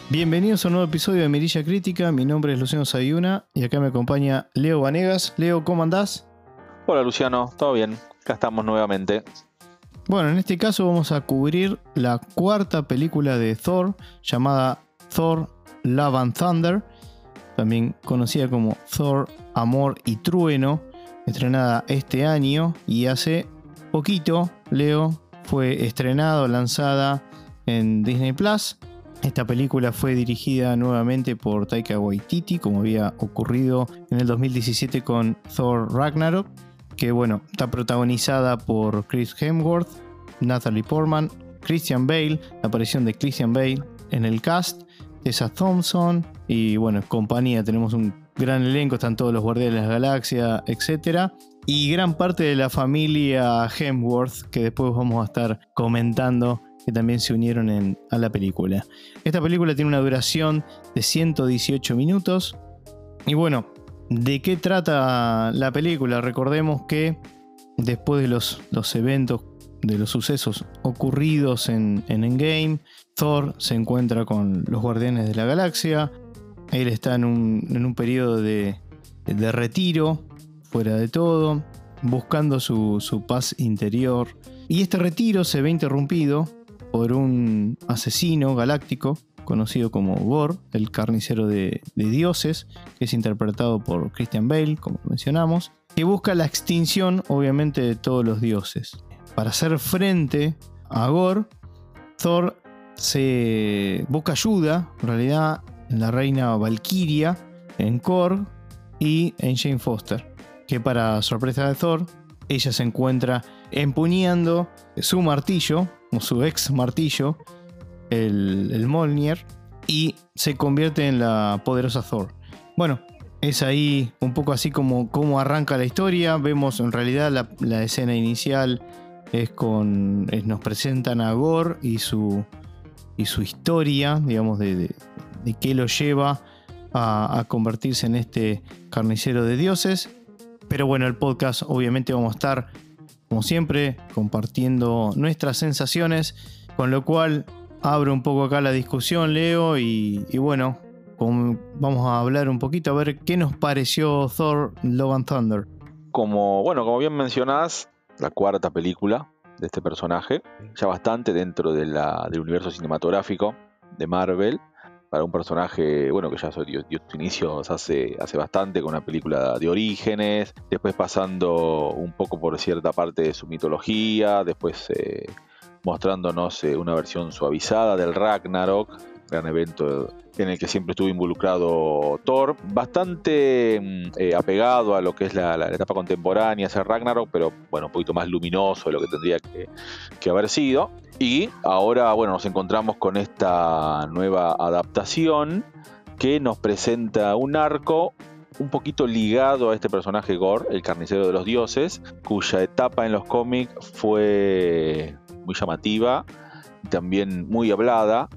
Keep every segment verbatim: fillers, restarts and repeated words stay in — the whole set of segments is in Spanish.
Bienvenidos a un nuevo episodio de Mirilla Crítica. Mi nombre es Luciano Sayuna y acá me acompaña Leo Vanegas. Leo, ¿cómo andás? Hola Luciano, ¿todo bien? Acá estamos nuevamente. Bueno, en este caso vamos a cubrir la cuarta película de Thor, llamada Thor Love and Thunder, también conocida como Thor Amor y Trueno, estrenada este año y hace poquito, Leo, fue estrenada o lanzada en Disney Plus. Esta película fue dirigida nuevamente por Taika Waititi, como había ocurrido en el dos mil diecisiete con Thor Ragnarok, que bueno, está protagonizada por Chris Hemsworth, Natalie Portman, Christian Bale, la aparición de Christian Bale en el cast, Tessa Thompson y bueno, en compañía tenemos un gran elenco, están todos los Guardianes de la Galaxia, etcétera. Y gran parte de la familia Hemsworth, que después vamos a estar comentando, que también se unieron en, a la película. Esta película tiene una duración de ciento dieciocho minutos. Y bueno, ¿de qué trata la película? Recordemos que después de los, los eventos, de los sucesos ocurridos en, en Endgame, Thor se encuentra con los Guardianes de la Galaxia. Él está en un, en un periodo de, de retiro, fuera de todo, buscando su, su paz interior. Y este retiro se ve interrumpido por un asesino galáctico conocido como Gorr, el carnicero de, de dioses, que es interpretado por Christian Bale, como mencionamos, que busca la extinción, obviamente, de todos los dioses. Para hacer frente a Gorr, Thor se busca ayuda, en realidad, en la reina Valkyria, en Korg y en Jane Foster, que para sorpresa de Thor, ella se encuentra empuñando su martillo, o su ex martillo, el, el Mjolnir, y se convierte en la poderosa Thor. Bueno, es ahí un poco así como, como arranca la historia. Vemos en realidad la, la escena inicial es con es, nos presentan a Gorr y su, y su historia, digamos, de, de, de qué lo lleva a, a convertirse en este carnicero de dioses. Pero bueno, el podcast obviamente vamos a estar, como siempre, compartiendo nuestras sensaciones, con lo cual abro un poco acá la discusión, Leo, y, y bueno, como vamos a hablar un poquito a ver qué nos pareció Thor Love and Thunder. Como, bueno, como bien mencionás, la cuarta película de este personaje, ya bastante dentro de la, del universo cinematográfico de Marvel, para un personaje, bueno, que ya dio, dio sus inicios hace, hace bastante con una película de orígenes, después pasando un poco por cierta parte de su mitología, después eh, mostrándonos eh, una versión suavizada del Ragnarok, gran evento en el que siempre estuvo involucrado Thor, bastante eh, apegado a lo que es la, la etapa contemporánea, ese Ragnarok, pero bueno, un poquito más luminoso de lo que tendría que, que haber sido. Y ahora, bueno, nos encontramos con esta nueva adaptación que nos presenta un arco un poquito ligado a este personaje Gorr, el carnicero de los dioses, cuya etapa en los cómics fue muy llamativa y también muy hablada,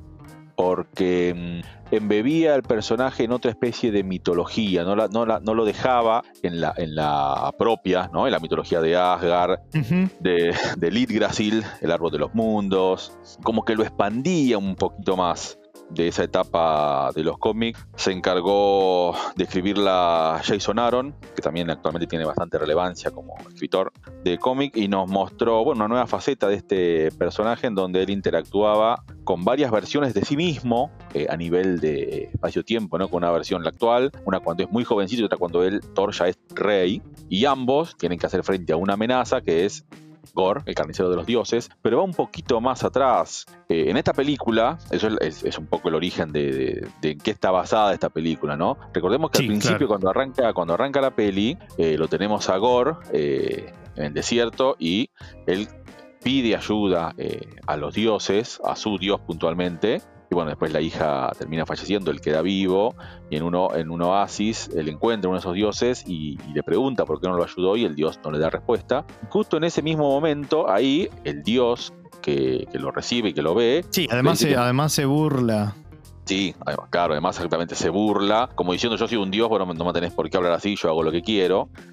porque embebía el personaje en otra especie de mitología, no, la, no, la, no lo dejaba en la, en la propia, ¿no? En la mitología de Asgard, uh-huh. de, de Yggdrasil, el árbol de los mundos, como que lo expandía un poquito más. De esa etapa de los cómics se encargó de escribirla Jason Aaron, que también actualmente tiene bastante relevancia como escritor de cómic, y nos mostró, bueno, una nueva faceta de este personaje en donde él interactuaba con varias versiones de sí mismo eh, a nivel de espacio-tiempo, ¿no? Con una versión la actual, una cuando es muy jovencito y otra cuando él, Thor, ya es rey, y ambos tienen que hacer frente a una amenaza que es Gorr, el carnicero de los dioses, pero va un poquito más atrás. Eh, en esta película, eso es, es, es un poco el origen de, de, de en qué está basada esta película, ¿no? Recordemos que sí, al principio, claro. cuando, arranca, cuando arranca la peli, eh, lo tenemos a Gorr eh, en el desierto y él pide ayuda eh, a los dioses, a su dios puntualmente. Y bueno, después la hija termina falleciendo, él queda vivo y en, uno, en un oasis él encuentra uno de esos dioses y, y le pregunta por qué no lo ayudó y el dios no le da respuesta. Justo en ese mismo momento, ahí el dios que, que lo recibe y que lo ve... Sí, además, se, que, además se burla. Sí, claro, además exactamente se burla, como diciendo yo soy un dios, bueno, no me tenés por qué hablar así, yo hago lo que quiero.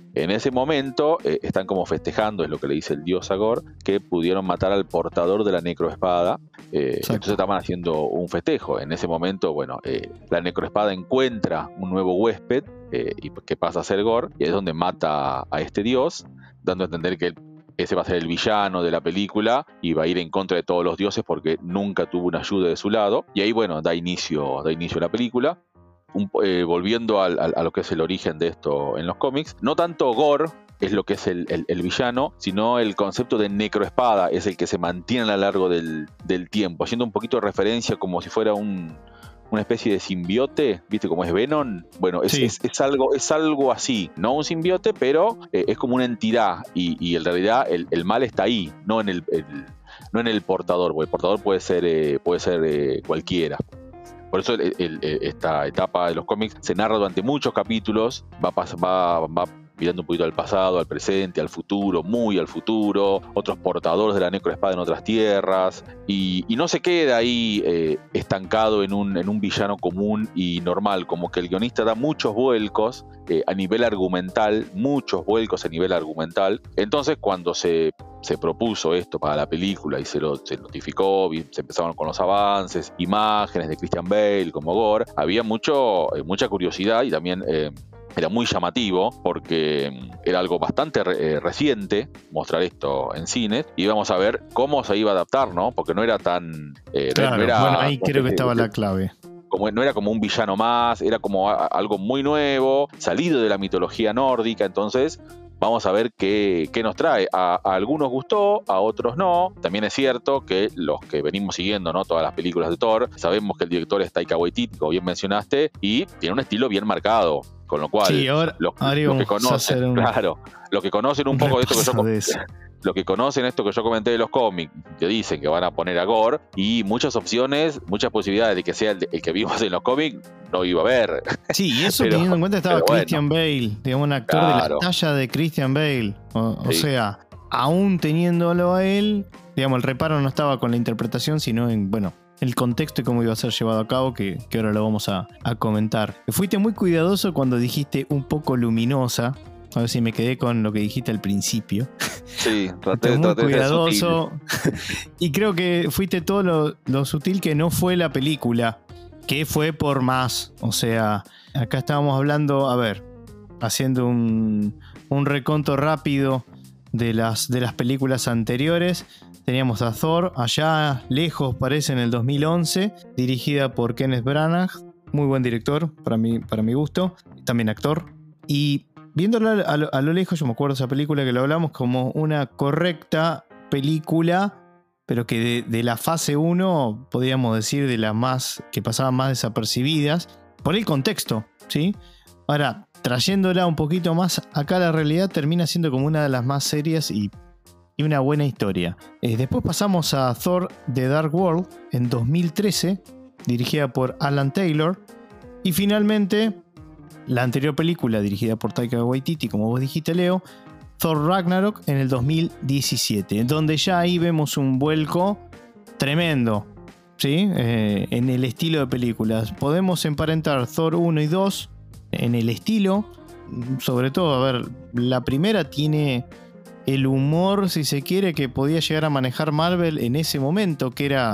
En ese momento eh, están como festejando, es lo que le dice el dios a Gore, que pudieron matar al portador de la necroespada. Eh, entonces estaban haciendo un festejo. En ese momento, bueno, eh, la necroespada encuentra un nuevo huésped, eh, y que pasa a ser Gore, y es donde mata a este dios, dando a entender que ese va a ser el villano de la película y va a ir en contra de todos los dioses porque nunca tuvo una ayuda de su lado. Y ahí, bueno, da inicio, da inicio a la película. Un, eh, volviendo al, al, a lo que es el origen de esto en los cómics, no tanto Gore es lo que es el, el, el villano, sino el concepto de necroespada es el que se mantiene a lo largo del, del tiempo, haciendo un poquito de referencia como si fuera un, una especie de simbiote, ¿viste cómo es Venom? Bueno, es, sí. es, es, algo, es algo así, no un simbiote, pero eh, es como una entidad y, y en realidad el, el mal está ahí, no en el, el, no en el portador, porque el portador puede ser, eh, puede ser eh, cualquiera. Por eso el, el, esta etapa de los cómics se narra durante muchos capítulos, va, va, va mirando un poquito al pasado, al presente, al futuro, muy al futuro, otros portadores de la necroespada en otras tierras, y, y no se queda ahí eh, estancado en un, en un villano común y normal, como que el guionista da muchos vuelcos eh, a nivel argumental, muchos vuelcos a nivel argumental. Entonces cuando se... se propuso esto para la película y se lo se notificó, se empezaron con los avances, imágenes de Christian Bale como Gore, había mucho, eh, mucha curiosidad y también eh, era muy llamativo porque era algo bastante re, eh, reciente mostrar esto en cines y íbamos a ver cómo se iba a adaptar, ¿no? Porque no era tan... Eh, claro, no era, bueno, ahí no, creo no, que estaba no, la clave. Como, no era como un villano más, era como a, algo muy nuevo, salido de la mitología nórdica, entonces... Vamos a ver qué, qué nos trae. A, a algunos gustó, a otros no. También es cierto que los que venimos siguiendo, ¿no?, todas las películas de Thor, sabemos que el director es Taika Waititi, como bien mencionaste, y tiene un estilo bien marcado. Con lo cual, sí, ahora, los, ahora los que conocen, un, claro, los que conocen un, un poco de esto que yo de eso. Lo que conocen esto que yo comenté de los cómics, te dicen que van a poner a Gore y muchas opciones, muchas posibilidades de que sea el, el que vimos en los cómics, no iba a haber. Sí, y eso pero, teniendo en cuenta estaba Christian bueno, Bale, digamos, un actor claro. de la talla de Christian Bale. O, sí. o sea, aún teniéndolo a él, digamos, el reparo no estaba con la interpretación, sino en, bueno, el contexto y cómo iba a ser llevado a cabo, que, que ahora lo vamos a, a comentar. Fuiste muy cuidadoso cuando dijiste un poco luminosa. A ver si me quedé con lo que dijiste al principio. Sí, traté, muy traté cuidadoso. Y creo que fuiste todo lo, lo sutil que no fue la película, que fue por más. O sea, acá estábamos hablando, a ver, haciendo un, un reconto rápido de las, de las películas anteriores. Teníamos a Thor, allá lejos parece en el dos mil once, dirigida por Kenneth Branagh, muy buen director para mi, para mi gusto, también actor. Y viéndola a lo, a lo lejos, yo me acuerdo de esa película que lo hablamos como una correcta película, pero que de, de la fase uno, podríamos decir, de las más que pasaban más desapercibidas, por el contexto, ¿sí? Ahora, trayéndola un poquito más acá a la realidad, termina siendo como una de las más serias y, y una buena historia. Eh, después pasamos a Thor The Dark World en dos mil trece, dirigida por Alan Taylor, y finalmente la anterior película dirigida por Taika Waititi, como vos dijiste, Leo, Thor Ragnarok en el dos mil diecisiete, donde ya ahí vemos un vuelco tremendo, ¿sí? Eh, en el estilo de películas. Podemos emparentar Thor uno y dos en el estilo, sobre todo, a ver, la primera tiene el humor, si se quiere, que podía llegar a manejar Marvel en ese momento, que era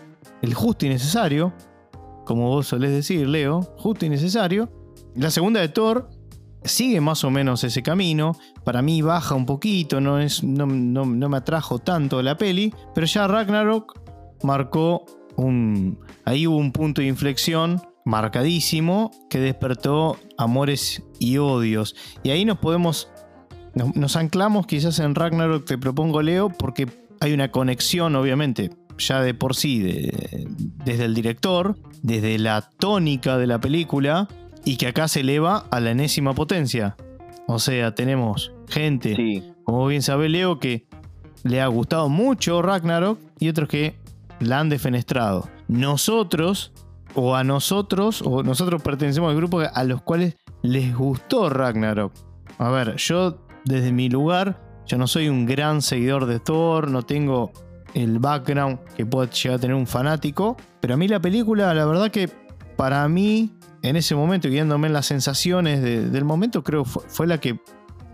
el justo y necesario, como vos solés decir, Leo, justo y necesario. La segunda de Thor sigue más o menos ese camino. Para mí baja un poquito, no, es, no, no, no me atrajo tanto la peli, pero ya Ragnarok marcó un... Ahí hubo un punto de inflexión marcadísimo que despertó amores y odios. Y ahí nos podemos... Nos, nos anclamos quizás en Ragnarok, te propongo, Leo, porque hay una conexión, obviamente, ya de por sí, de, desde el director, desde la tónica de la película, y que acá se eleva a la enésima potencia. O sea, tenemos gente, sí, como bien sabe Leo, que le ha gustado mucho Ragnarok y otros que la han defenestrado. Nosotros, o a nosotros, o nosotros pertenecemos al grupo a los cuales les gustó Ragnarok. A ver, yo desde mi lugar, yo no soy un gran seguidor de Thor, no tengo el background que puede llegar a tener un fanático, pero a mí la película, la verdad que para mí, en ese momento, guiándome en las sensaciones de, del momento, creo fue, fue la que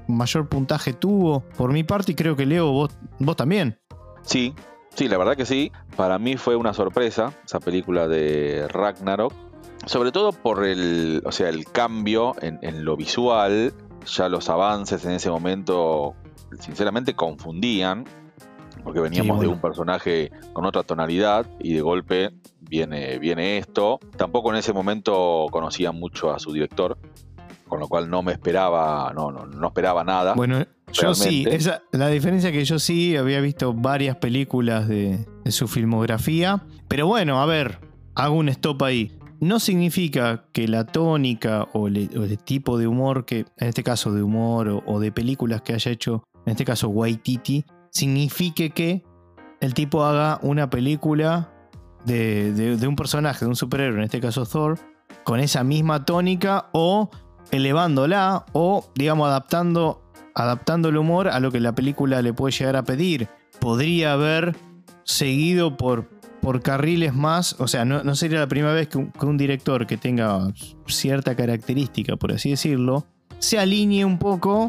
mayor puntaje tuvo por mi parte, y creo que Leo, vos, vos también. Sí, sí, la verdad que sí. Para mí fue una sorpresa esa película de Ragnarok. Sobre todo por el, o sea, el cambio en, en lo visual. Ya los avances en ese momento, sinceramente, confundían. Porque veníamos sí, bueno. de un personaje con otra tonalidad y de golpe viene, viene esto. Tampoco en ese momento conocía mucho a su director, con lo cual no me esperaba, no, no, no esperaba nada. Bueno, yo realmente. sí, esa, la diferencia es que yo sí había visto varias películas de, de su filmografía, pero bueno, a ver, hago un stop ahí. No significa que la tónica o, le, o el tipo de humor, que en este caso de humor o, o de películas que haya hecho, en este caso Waititi, signifique que el tipo haga una película de, de, de un personaje, de un superhéroe, en este caso Thor, con esa misma tónica o elevándola o, digamos, adaptando, adaptando el humor a lo que la película le puede llegar a pedir. Podría haber seguido por, por carriles más, o sea, no, no sería la primera vez que un, que un director que tenga cierta característica, por así decirlo, se alinee un poco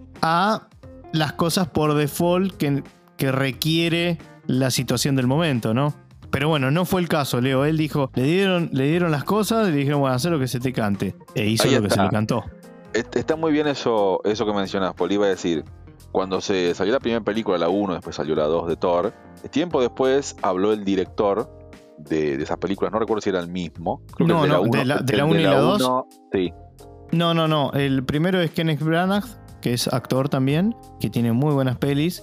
a las cosas por default que, que requiere la situación del momento, ¿no? Pero bueno, no fue el caso, Leo. Él dijo, le dieron, le dieron las cosas y le dijeron, bueno, haz lo que se te cante. E hizo Ahí lo está. que se le cantó. Está muy bien eso, eso que mencionas, Poli. Iba a decir, cuando se salió la primera película, la uno, después salió la dos de Thor, tiempo después habló el director de, de esas películas, no recuerdo si era el mismo. Creo no, que el de no, la de la, de la uno y la dos. Sí. No, no, no. El primero es Kenneth Branagh, que es actor también, que tiene muy buenas pelis.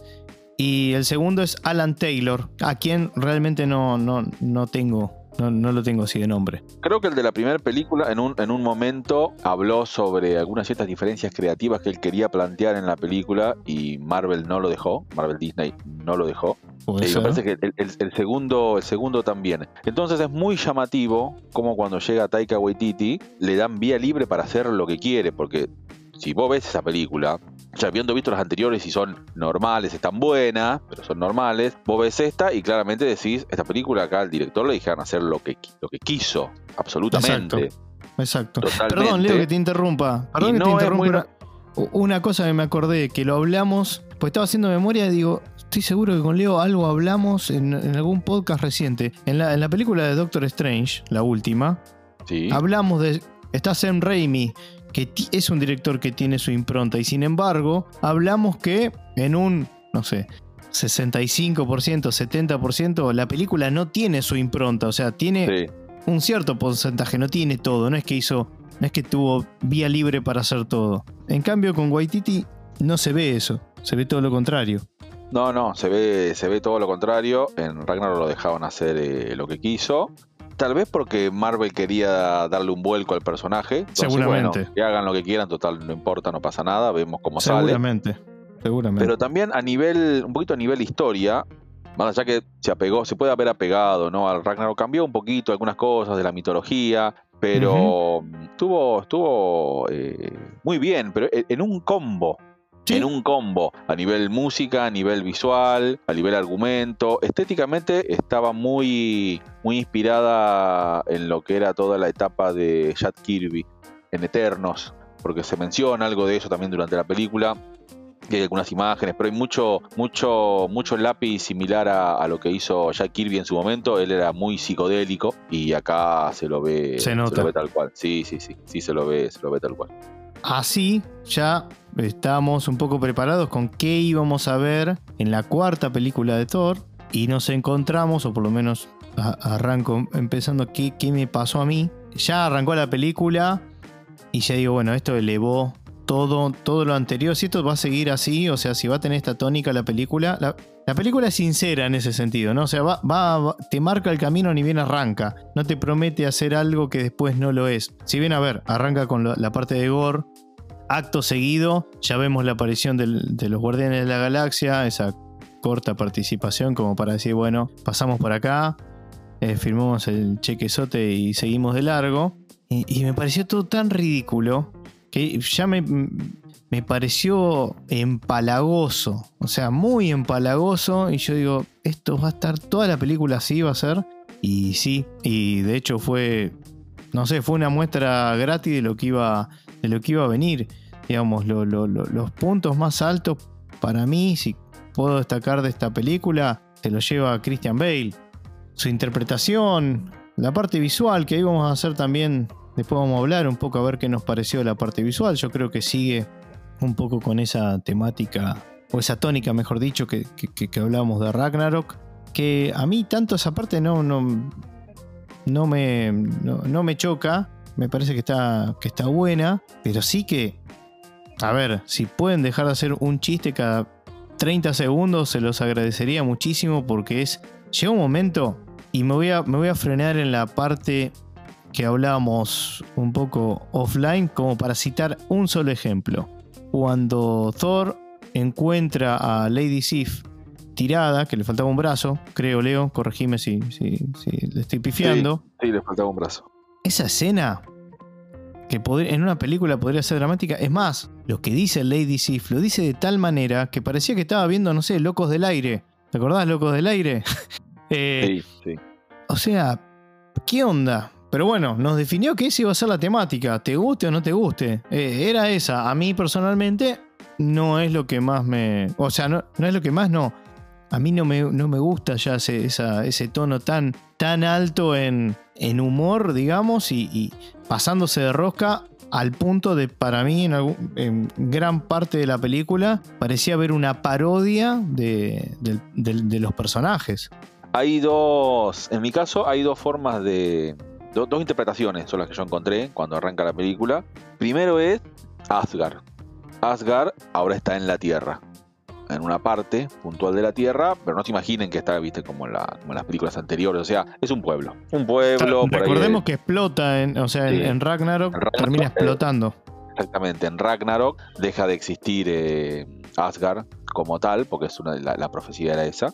Y el segundo es Alan Taylor, a quien realmente no, no, no tengo, no, no lo tengo así de nombre. Creo que el de la primera película en un, en un momento habló sobre algunas ciertas diferencias creativas que él quería plantear en la película y Marvel no lo dejó, Marvel Disney no lo dejó. Y me parece que el, el, el, segundo, el segundo también. Entonces es muy llamativo como cuando llega Taika Waititi le dan vía libre para hacer lo que quiere, porque si vos ves esa película, ya habiendo visto las anteriores y son normales, están buenas, pero son normales, vos ves esta y claramente decís, esta película acá al director le dijeron hacer lo que, lo que quiso, absolutamente. Exacto, exacto. Perdón, Leo, que te interrumpa. Perdón que no te interrumpa. Muy... Una, una cosa que me acordé, que lo hablamos, pues estaba haciendo memoria y digo, estoy seguro que con Leo algo hablamos en, en algún podcast reciente. En la, en la película de Doctor Strange, la última, sí. hablamos de... Está Sam Raimi, que es un director que tiene su impronta, y sin embargo hablamos que en un, no sé, sesenta y cinco por ciento, setenta por ciento la película no tiene su impronta, o sea, tiene sí. un cierto porcentaje, no tiene todo, no es que hizo, no es que tuvo vía libre para hacer todo. En cambio con Waititi no se ve eso, se ve todo lo contrario. No, no, se ve, se ve todo lo contrario. En Ragnarok lo dejaban hacer eh, lo que quiso. Tal vez porque Marvel quería darle un vuelco al personaje. Entonces, seguramente. Bueno, que hagan lo que quieran, total, no importa, no pasa nada, vemos cómo seguramente, sale. Seguramente. Pero también a nivel, un poquito a nivel historia, más allá que se apegó, se puede haber apegado, ¿no? Al Ragnarok cambió un poquito algunas cosas de la mitología, pero uh-huh. estuvo, estuvo eh, muy bien, pero en un combo. ¿Sí? En un combo, a nivel música, a nivel visual, a nivel argumento. Estéticamente estaba muy, muy inspirada en lo que era toda la etapa de Jack Kirby en Eternos, porque se menciona algo de eso también durante la película. Hay algunas imágenes, pero hay mucho, mucho, mucho lápiz similar a, a lo que hizo Jack Kirby en su momento. Él era muy psicodélico y acá se lo ve, se nota. Se lo ve tal cual. Sí, sí, sí, sí se lo ve, se lo ve tal cual. Así ya estábamos un poco preparados con qué íbamos a ver en la cuarta película de Thor y nos encontramos, o por lo menos arranco empezando qué, qué me pasó a mí. Ya arrancó la película y ya digo, bueno, esto elevó todo, todo lo anterior. Si esto va a seguir así, o sea, si va a tener esta tónica la película, la, la película es sincera en ese sentido, ¿no? O sea, va, va, va, te marca el camino ni bien arranca. No te promete hacer algo que después no lo es. Si bien, a ver, arranca con la, la parte de gore. Acto seguido, ya vemos la aparición del, de los Guardianes de la Galaxia, esa corta participación como para decir, bueno, pasamos por acá, eh, firmamos el chequezote y seguimos de largo. Y, y me pareció todo tan ridículo que ya me, me pareció empalagoso, o sea, muy empalagoso. Y yo digo, esto va a estar toda la película así, va a ser. Y sí, y de hecho fue, no sé, fue una muestra gratis de lo que iba, de lo que iba a venir. digamos, lo, lo, lo, los puntos más altos para mí, si puedo destacar de esta película, se lo lleva Christian Bale. Su interpretación, la parte visual, que ahí vamos a hacer también, después vamos a hablar un poco a ver qué nos pareció la parte visual. Yo creo que sigue un poco con esa temática, o esa tónica, mejor dicho, que, que, que hablábamos de Ragnarok, que a mí tanto esa parte no, no, no, me, no, no me choca. Me parece que está, que está buena, pero sí que, a ver, si pueden dejar de hacer un chiste cada treinta segundos, se los agradecería muchísimo, porque es, llega un momento, y me voy a, me voy a frenar en la parte que hablábamos un poco offline, como para citar un solo ejemplo. Cuando Thor encuentra a Lady Sif tirada, que le faltaba un brazo, creo, Leo, corregime si, si, si le estoy pifiando. Sí, sí, le faltaba un brazo. Esa escena, que pod- en una película podría ser dramática, es más, lo que dice Lady Sif lo dice de tal manera que parecía que estaba viendo, no sé, Locos del Aire. ¿Te acordás, Locos del Aire? eh, Sí, sí. O sea, ¿qué onda? Pero bueno, nos definió que esa iba a ser la temática, te guste o no te guste. Eh, era esa. A mí personalmente no es lo que más me... O sea, no, no es lo que más, no. A mí no me, no me gusta ya ese, esa, ese tono tan, tan alto en, en humor, digamos, y, y pasándose de rosca al punto de, para mí, en, algún, en gran parte de la película, parecía haber una parodia de, de, de, de los personajes. Hay dos, en mi caso, hay dos formas de... Do, dos interpretaciones son las que yo encontré cuando arranca la película. Primero es Asgard. Asgard ahora está en la Tierra, en una parte puntual de la Tierra, pero no se imaginen que está, viste, como en, la, como en las películas anteriores. O sea, es un pueblo. Un pueblo. Por Recordemos ahí que explota, en, o sea, sí. en, en, Ragnarok, en Ragnarok termina explotando. Exactamente, en Ragnarok deja de existir eh, Asgard como tal, porque es una, la, la profecía era esa.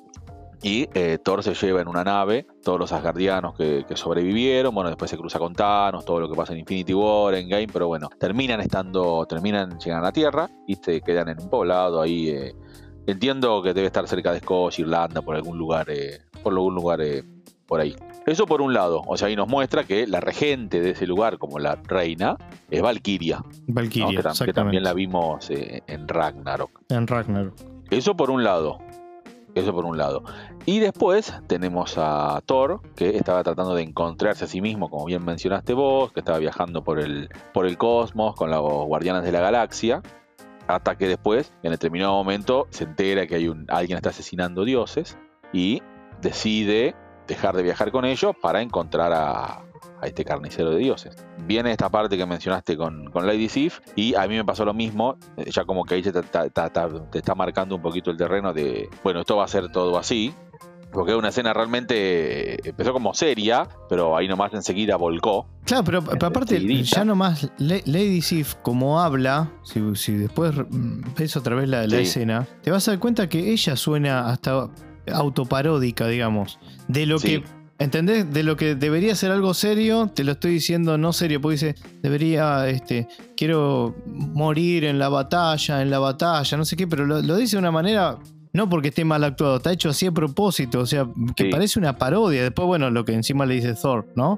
Y eh, Thor se lleva en una nave todos los asgardianos que, que sobrevivieron. Bueno, después se cruza con Thanos, todo lo que pasa en Infinity War, en Game, pero bueno, terminan estando, terminan, llegan a la Tierra y se quedan en un poblado ahí. Eh, entiendo que debe estar cerca de Escocia, Irlanda, por algún lugar, eh, por algún lugar eh, por ahí. Eso por un lado, o sea, ahí nos muestra que la regente de ese lugar, como la reina, es Valkyria. Valkyria, ¿no? que, que también la vimos eh, en Ragnarok. En Ragnarok. Eso por un lado. Eso por un lado. Y después tenemos a Thor, que estaba tratando de encontrarse a sí mismo, como bien mencionaste vos, que estaba viajando por el, por el cosmos con los Guardianes de la Galaxia, hasta que después, en determinado momento, se entera que hay un, alguien está asesinando dioses y decide dejar de viajar con ellos para encontrar a, a este carnicero de dioses. Viene esta parte que mencionaste con, con Lady Sif, y a mí me pasó lo mismo, ya como que ahí te, te, te, te está marcando un poquito el terreno de, bueno, esto va a ser todo así, porque es una escena realmente, empezó como seria, pero ahí nomás enseguida volcó. Claro, pero, pero aparte, seguidita. Ya nomás Lady Sif, como habla, si, si después ves otra vez la, la sí. escena, te vas a dar cuenta que ella suena hasta autoparódica, digamos, de lo sí. que... ¿Entendés? De lo que debería ser algo serio, te lo estoy diciendo no serio, porque dice, debería, este, quiero morir en la batalla, en la batalla, no sé qué, pero lo, lo dice de una manera, no porque esté mal actuado, está hecho así a propósito, o sea, que sí. parece una parodia. Después, bueno, lo que encima le dice Thor, ¿no?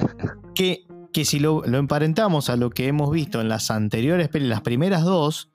que, que si lo, lo emparentamos a lo que hemos visto en las anteriores, las primeras dos,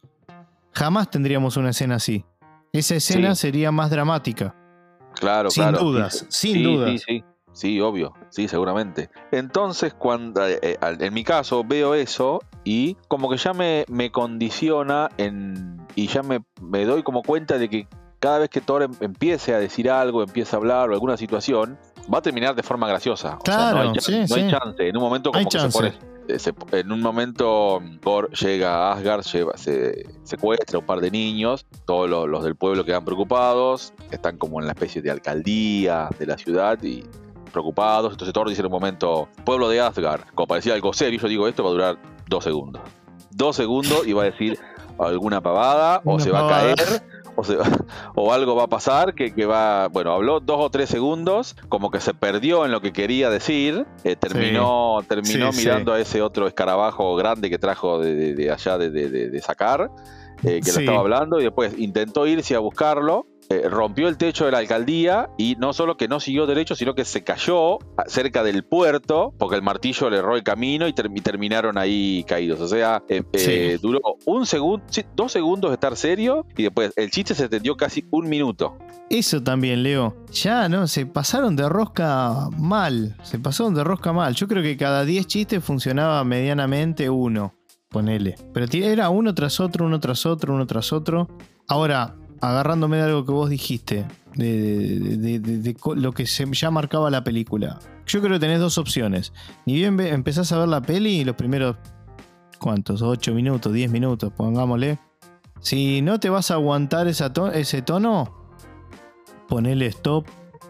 jamás tendríamos una escena así. Esa escena sí. sería más dramática. Claro, sin claro. dudas, sin sí, dudas. Sí, sí. Sí, obvio, sí, seguramente. Entonces, cuando eh, en mi caso veo eso y como que ya me, me condiciona en, y ya me, me doy como cuenta de que cada vez que Thor em, empiece a decir algo, empiece a hablar o alguna situación, va a terminar de forma graciosa. Claro, o sea, no hay, sí, no sí. hay chance. En un momento como hay que chance. se pone... Se, en un momento Thor llega a Asgard, lleva, se secuestra a un par de niños, todos los, los del pueblo quedan preocupados, están como en la especie de alcaldía de la ciudad y preocupados. Entonces Thor dice en un momento, pueblo de Asgard, como parecía algo serio, yo digo, esto va a durar dos segundos. Dos segundos y va a decir alguna pavada, o Una se pavada. va a caer, o, se, o algo va a pasar que, que va, bueno, habló dos o tres segundos, como que se perdió en lo que quería decir, eh, terminó, sí. terminó sí, mirando sí. a ese otro escarabajo grande que trajo de, de, de allá de, de, de sacar, eh, que sí. lo estaba hablando, y después intentó irse a buscarlo, eh, rompió el techo de la alcaldía y no solo que no siguió derecho, sino que se cayó cerca del puerto porque el martillo le erró el camino y, ter- y terminaron ahí caídos. O sea, eh, Sí. eh, duró un segundo, sí, dos segundos de estar serio y después el chiste se extendió casi un minuto. Eso también, Leo. Ya, ¿no? Se pasaron de rosca mal. Se pasaron de rosca mal. Yo creo que cada diez chistes funcionaba medianamente uno. Ponele. Pero era uno tras otro, uno tras otro, uno tras otro. Ahora, agarrándome de algo que vos dijiste, de, de, de, de, de, de lo que se, ya marcaba la película. Yo creo que tenés dos opciones. Ni bien empezás a ver la peli y los primeros, ¿cuántos? ocho minutos, diez minutos, pongámosle. Si no te vas a aguantar esa to- ese tono, ponele stop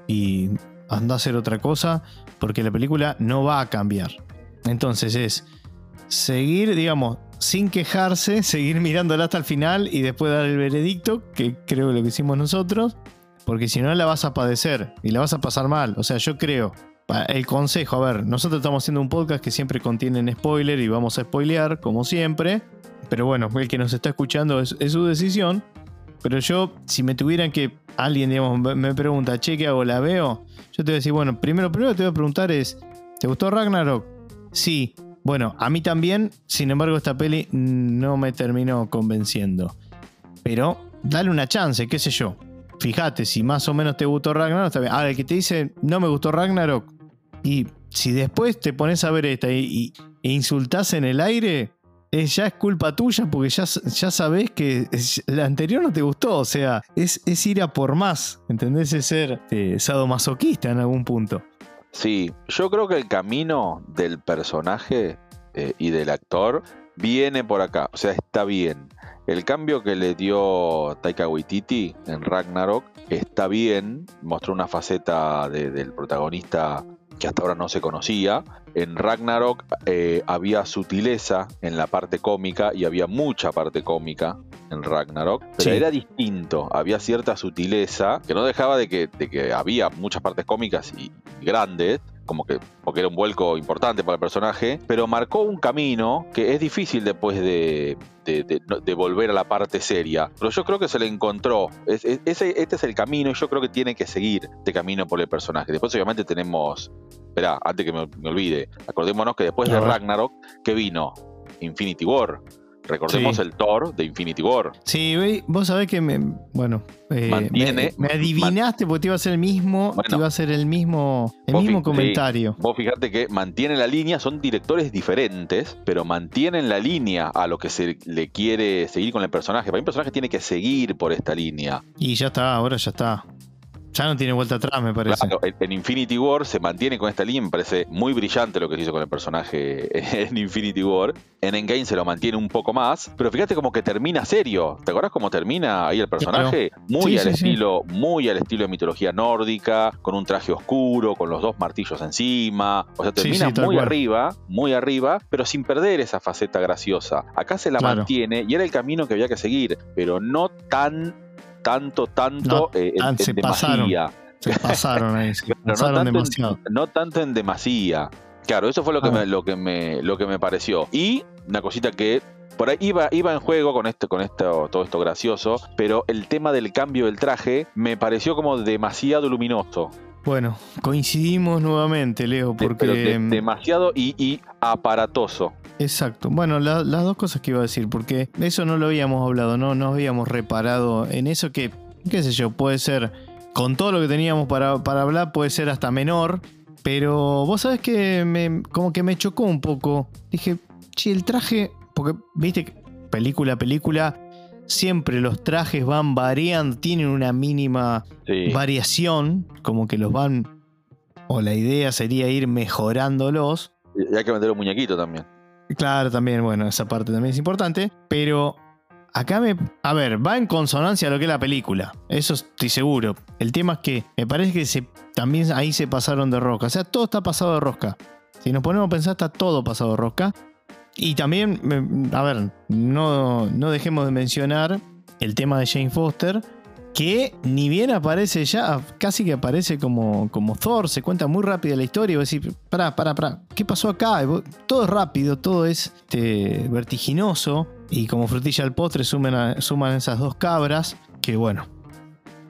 y anda a hacer otra cosa, porque la película no va a cambiar. Entonces es seguir, digamos, sin quejarse, seguir mirándola hasta el final y después dar el veredicto, que creo que lo que hicimos nosotros, porque si no la vas a padecer y la vas a pasar mal. O sea, yo creo, el consejo, a ver, nosotros estamos haciendo un podcast que siempre contienen spoiler y vamos a spoilear, como siempre, pero bueno, el que nos está escuchando es, es su decisión. Pero yo, si me tuvieran que, alguien, digamos, me pregunta, che, ¿qué hago? ¿La veo? Yo te voy a decir, bueno, primero, primero te voy a preguntar es, ¿te gustó Ragnarok? Sí. Bueno, a mí también, sin embargo, esta peli no me terminó convenciendo. Pero dale una chance, qué sé yo. Fíjate, si más o menos te gustó Ragnarok, está bien. Ahora, el que te dice, no me gustó Ragnarok, y si después te pones a ver esta y, y, e insultás en el aire, es, ya es culpa tuya porque ya, ya sabés que es, la anterior no te gustó. O sea, es, es ir a por más, ¿entendés? Es ser eh, sadomasoquista en algún punto. Sí, yo creo que el camino del personaje eh, y del actor viene por acá, o sea, está bien. El cambio que le dio Taika Waititi en Ragnarok está bien, mostró una faceta de, del protagonista que hasta ahora no se conocía. En Ragnarok eh, había sutileza en la parte cómica y había mucha parte cómica en Ragnarok, pero sí, era distinto, había cierta sutileza que no dejaba de que, de que había muchas partes cómicas y, y grandes, como que porque era un vuelco importante para el personaje, pero marcó un camino que es difícil después de, de, de, de volver a la parte seria, pero yo creo que se le encontró, es, es, ese, este es el camino y yo creo que tiene que seguir este camino por el personaje. Después obviamente tenemos, espera, antes que me, me olvide, acordémonos que después de Ragnarok, ¿qué vino? Infinity War. Recordemos sí. el Thor de Infinity War. Sí, vos sabés que me, bueno, eh, Mantiene, me, me adivinaste man, porque te iba a ser el mismo, bueno, te iba a ser el mismo, el mismo comentario. Sí, vos fíjate que mantiene la línea, son directores diferentes, pero mantienen la línea a lo que se le quiere seguir con el personaje. Para mí el personaje tiene que seguir por esta línea. Y ya está, ahora ya está. Ya no tiene vuelta atrás, me parece. Claro, en Infinity War se mantiene con esta línea, me parece muy brillante lo que se hizo con el personaje en Infinity War. En Endgame se lo mantiene un poco más, pero fíjate como que termina serio. ¿Te acordás cómo termina ahí el personaje? Claro. Muy sí, al sí, estilo, sí. muy al estilo de mitología nórdica, con un traje oscuro, con los dos martillos encima. O sea, termina sí, sí, muy cual. arriba, muy arriba, pero sin perder esa faceta graciosa. Acá se la claro. mantiene y era el camino que había que seguir, pero no tan tanto, tanto no, eh, en, se en demasía. Pasaron, se pasaron ahí, se Pero pasaron no tanto demasiado. En, no tanto en demasía. Claro, eso fue lo que, ah. me, lo, que me, lo que me pareció. Y una cosita que por ahí iba, iba en juego con esto, con esto, todo esto gracioso, pero el tema del cambio del traje me pareció como demasiado luminoso. Bueno, coincidimos nuevamente, Leo, porque... De, de, demasiado y, y aparatoso. Exacto. Bueno, la, las dos cosas que iba a decir, porque eso no lo habíamos hablado, no no habíamos reparado en eso que, qué sé yo, puede ser, con todo lo que teníamos para, para hablar, puede ser hasta menor, pero vos sabés que me, como que me chocó un poco. Dije, che, el traje, porque viste que película a película, siempre los trajes van variando, tienen una mínima sí. variación, como que los van, o la idea sería ir mejorándolos. Y hay que vender un muñequito también. Claro, también, bueno, esa parte también es importante, pero acá me... A ver, va en consonancia a lo que es la película, eso estoy seguro. El tema es que me parece que se, también ahí se pasaron de rosca, o sea, todo está pasado de rosca. Si nos ponemos a pensar, está todo pasado de rosca. Y también, a ver, no, no dejemos de mencionar el tema de Jane Foster, que ni bien aparece ya, casi que aparece como, como Thor, se cuenta muy rápida la historia y vos decís, pará, pará, pará, ¿qué pasó acá? Todo es rápido, todo es este, vertiginoso, y como frutilla al postre suman, a, suman esas dos cabras, que bueno,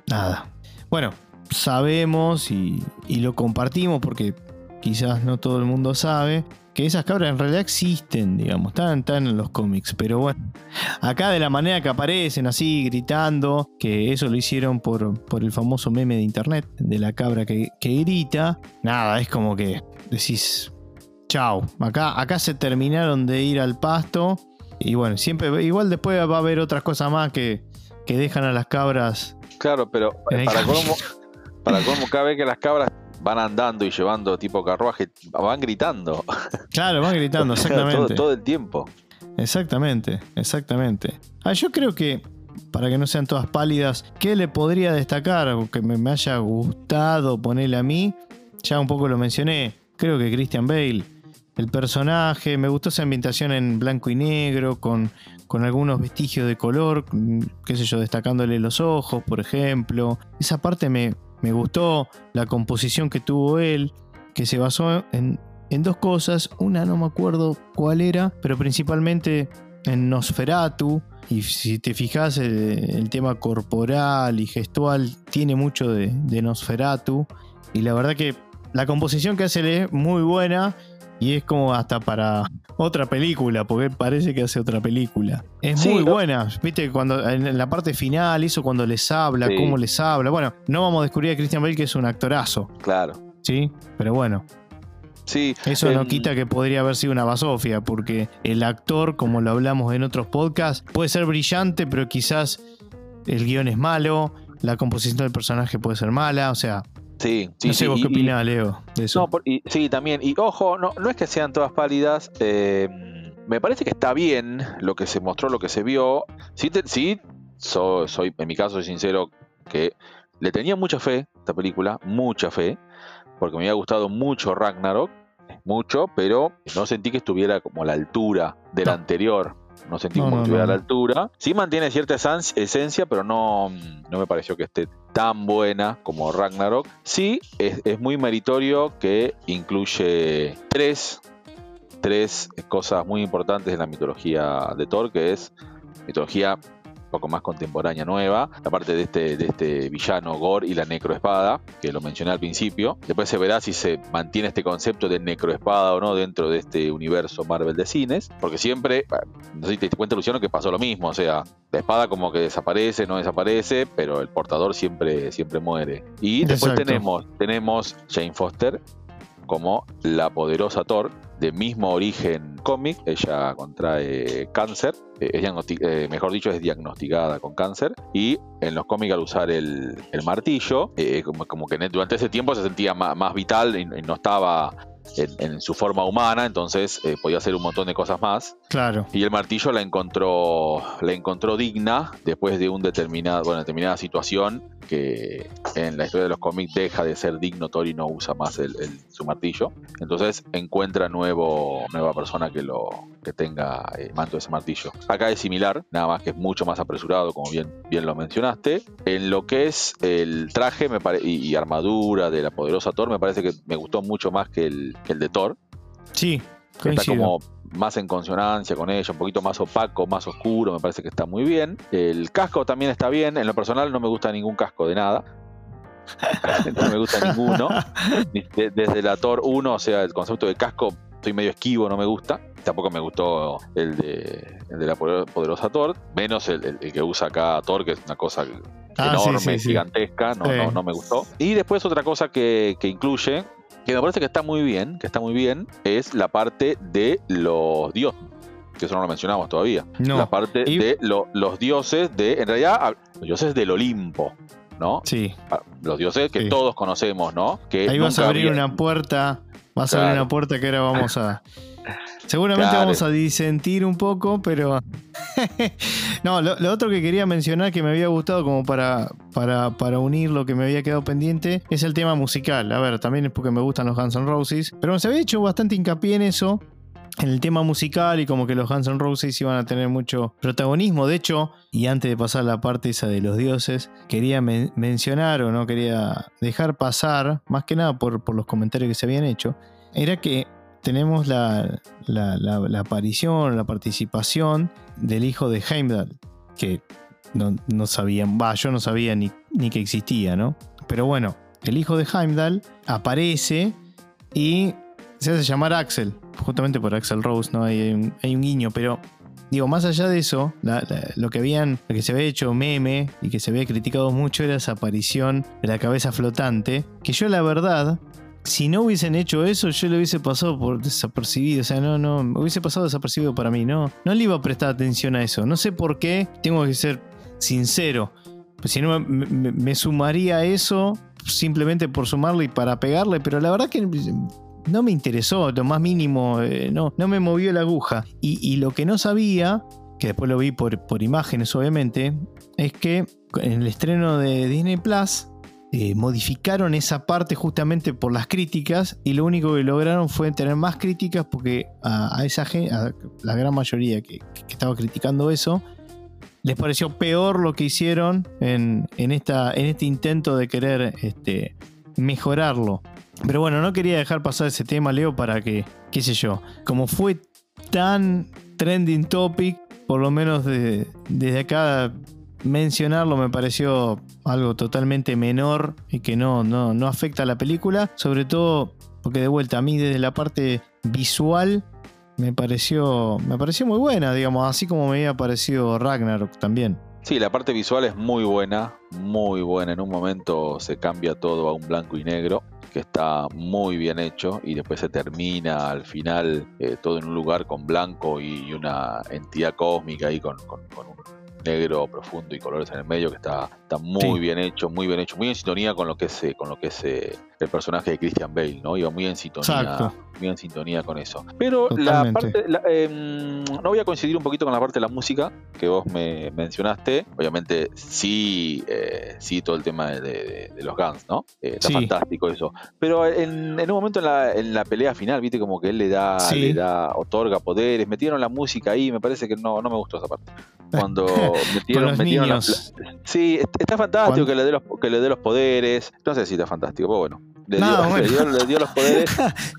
nada. Bueno, sabemos y, y lo compartimos porque quizás no todo el mundo sabe que esas cabras en realidad existen, digamos, están, están en los cómics, pero bueno, acá de la manera que aparecen así gritando, que eso lo hicieron por, por el famoso meme de internet de la cabra que, que grita, nada, es como que decís, chau, acá, acá se terminaron de ir al pasto y bueno, siempre, igual después va a haber otras cosas más que, que dejan a las cabras. Claro, pero para cómo, para cómo cabe que las cabras van andando y llevando tipo carruaje, van gritando. Claro, van gritando, exactamente. todo, todo el tiempo. Exactamente, exactamente. Ah, yo creo que, para que no sean todas pálidas, ¿qué le podría destacar o que me, me haya gustado ponerle a mí? Ya un poco lo mencioné, creo que Christian Bale, el personaje, me gustó esa ambientación en blanco y negro, con, con algunos vestigios de color, qué sé yo, destacándole los ojos, por ejemplo. Esa parte me... Me gustó la composición que tuvo él, que se basó en, en dos cosas. Una no me acuerdo cuál era, pero principalmente en Nosferatu. Y si te fijas, el, el tema corporal y gestual tiene mucho de, de Nosferatu. Y la verdad que la composición que hace él es muy buena. Y es como hasta para otra película, porque parece que hace otra película. Es sí, muy ¿no? buena. Viste, cuando en la parte final, eso cuando les habla, sí. cómo les habla. Bueno, no vamos a descubrir a Christian Bale que es un actorazo. Claro. Sí, pero bueno. Sí. Eso el... no quita que podría haber sido una basofia, porque el actor, como lo hablamos en otros podcasts, puede ser brillante, pero quizás el guión es malo, la composición del personaje puede ser mala, o sea... Sí, sí, no sé sí, vos y, qué opinás, Leo, de eso. No, por, y, sí, también. Y ojo, no, no es que sean todas pálidas. Eh, me parece que está bien lo que se mostró, lo que se vio. Sí, te, sí so, soy, en mi caso, soy sincero que le tenía mucha fe a esta película, mucha fe, porque me había gustado mucho Ragnarok, mucho, pero no sentí que estuviera como a la altura de la no. anterior. No sentí no, como no, que estuviera no. a la altura. Sí mantiene cierta esencia, pero no, no me pareció que esté tan buena como Ragnarok. Sí, es, es muy meritorio que incluye tres, tres cosas muy importantes de la mitología de Thor, que es mitología un poco más contemporánea, nueva, la parte de este, de este villano Gore y la necroespada, que lo mencioné al principio. Después se verá si se mantiene este concepto de necroespada o no dentro de este universo Marvel de cines, porque siempre, no sé si te diste cuenta, Luciano, que pasó lo mismo, o sea, la espada como que desaparece, no desaparece, pero el portador siempre, siempre muere. Y después Exacto. tenemos, tenemos Jane Foster como la poderosa Thor, de mismo origen cómic. Ella contrae cáncer, eh, es eh, mejor dicho, es diagnosticada con cáncer, y en los cómics, al usar el, el martillo, eh, como, como que durante ese tiempo se sentía más, más vital y, y no estaba en, en su forma humana, entonces eh, podía hacer un montón de cosas más. Claro. Y el martillo la encontró, la encontró digna después de un determinado, bueno, determinada situación que en la historia de los cómics deja de ser digno Thor y no usa más el, el, su martillo. Entonces encuentra nuevo, nueva persona que lo que tenga el manto de ese martillo. Acá es similar, nada más que es mucho más apresurado, como bien, bien lo mencionaste. En lo que es el traje me pare, y, y armadura de la poderosa Thor, me parece que me gustó mucho más que el, que el de Thor. Sí, coincido. Está como más en consonancia con ella, un poquito más opaco, más oscuro, me parece que está muy bien. El casco también está bien, en lo personal no me gusta ningún casco de nada. No me gusta ninguno. Desde la Thor uno, o sea, el concepto de casco, estoy medio esquivo, no me gusta. Tampoco me gustó el de, el de la poderosa Thor, menos el, el, el que usa acá Thor, que es una cosa ah, enorme, sí, sí, gigantesca, sí. No, sí. no, no me gustó. Y después otra cosa que, que incluye, que me parece que está muy bien, que está muy bien, es la parte de los dioses, que eso no lo mencionamos todavía. No. La parte y... de lo, los dioses de, en realidad, los dioses del Olimpo, ¿no? Sí. Los dioses que sí. todos conocemos, ¿no? Que ahí vas a abrir había... una puerta, vas claro. a abrir una puerta que ahora vamos a... Seguramente claro. vamos a disentir un poco, pero... no, lo, lo otro que quería mencionar que me había gustado como para, para, para unir lo que me había quedado pendiente es el tema musical. A ver, también es porque me gustan los Guns N' Roses, pero se había hecho bastante hincapié en eso, en el tema musical, y como que los Guns N' Roses iban a tener mucho protagonismo. De hecho, y antes de pasar la parte esa de los dioses, quería men- mencionar o no quería dejar pasar, más que nada por, por los comentarios que se habían hecho, era que tenemos la, la, la, la aparición, la participación del hijo de Heimdall, que no, no sabían, va, yo no sabía ni, ni que existía, ¿no? Pero bueno, el hijo de Heimdall aparece y se hace llamar Axel, justamente por Axl Rose, ¿no? Hay un, hay un guiño, pero digo, más allá de eso, la, la, lo que habían, lo que se había hecho meme y que se había criticado mucho era esa aparición de la cabeza flotante, que yo la verdad, si no hubiesen hecho eso, yo le hubiese pasado por desapercibido, o sea, no, no, hubiese pasado desapercibido para mí, no, no le iba a prestar atención a eso, no sé por qué, tengo que ser sincero, pues si no me, me, me sumaría a eso simplemente por sumarle y para pegarle, pero la verdad que no me interesó, lo más mínimo, eh, no, no me movió la aguja. Y, y lo que no sabía, que después lo vi por, por imágenes obviamente, es que en el estreno de Disney Plus eh, modificaron esa parte justamente por las críticas y lo único que lograron fue tener más críticas porque a, a esa gente, a la gran mayoría que, que estaba criticando eso, les pareció peor lo que hicieron en, en, esta, en este intento de querer este, mejorarlo. Pero bueno, no quería dejar pasar ese tema, Leo, para que, qué sé yo, como fue tan trending topic, por lo menos de, desde acá mencionarlo me pareció algo totalmente menor y que no, no, no afecta a la película, sobre todo porque de vuelta a mí desde la parte visual me pareció, me pareció muy buena, digamos, así como me había parecido Ragnarok también. Sí, la parte visual es muy buena, muy buena. En un momento se cambia todo a un blanco y negro, que está muy bien hecho, y después se termina al final eh, todo en un lugar con blanco y una entidad cósmica ahí con, con, con un negro profundo y colores en el medio, que está, está muy sí. bien hecho, muy bien hecho, muy en sintonía con lo que es, con lo que es eh, el personaje de Christian Bale, ¿no? Iba muy en sintonía, Exacto. muy en sintonía con eso. Pero Totalmente. la parte, la, eh, no voy a coincidir un poquito con la parte de la música que vos me mencionaste. Obviamente sí, eh, sí todo el tema de, de, de los Guns, ¿no? Eh, está sí. fantástico eso. Pero en, en un momento en la, en la pelea final, viste como que él le da, sí. le da, otorga poderes, metieron la música ahí, me parece que no, no me gustó esa parte. Cuando metieron, metieron la, la, sí, está fantástico que le, dé los, que le dé los poderes. No sé si está fantástico, pero bueno. Le, no, dio, bueno. le, dio, le dio los poderes.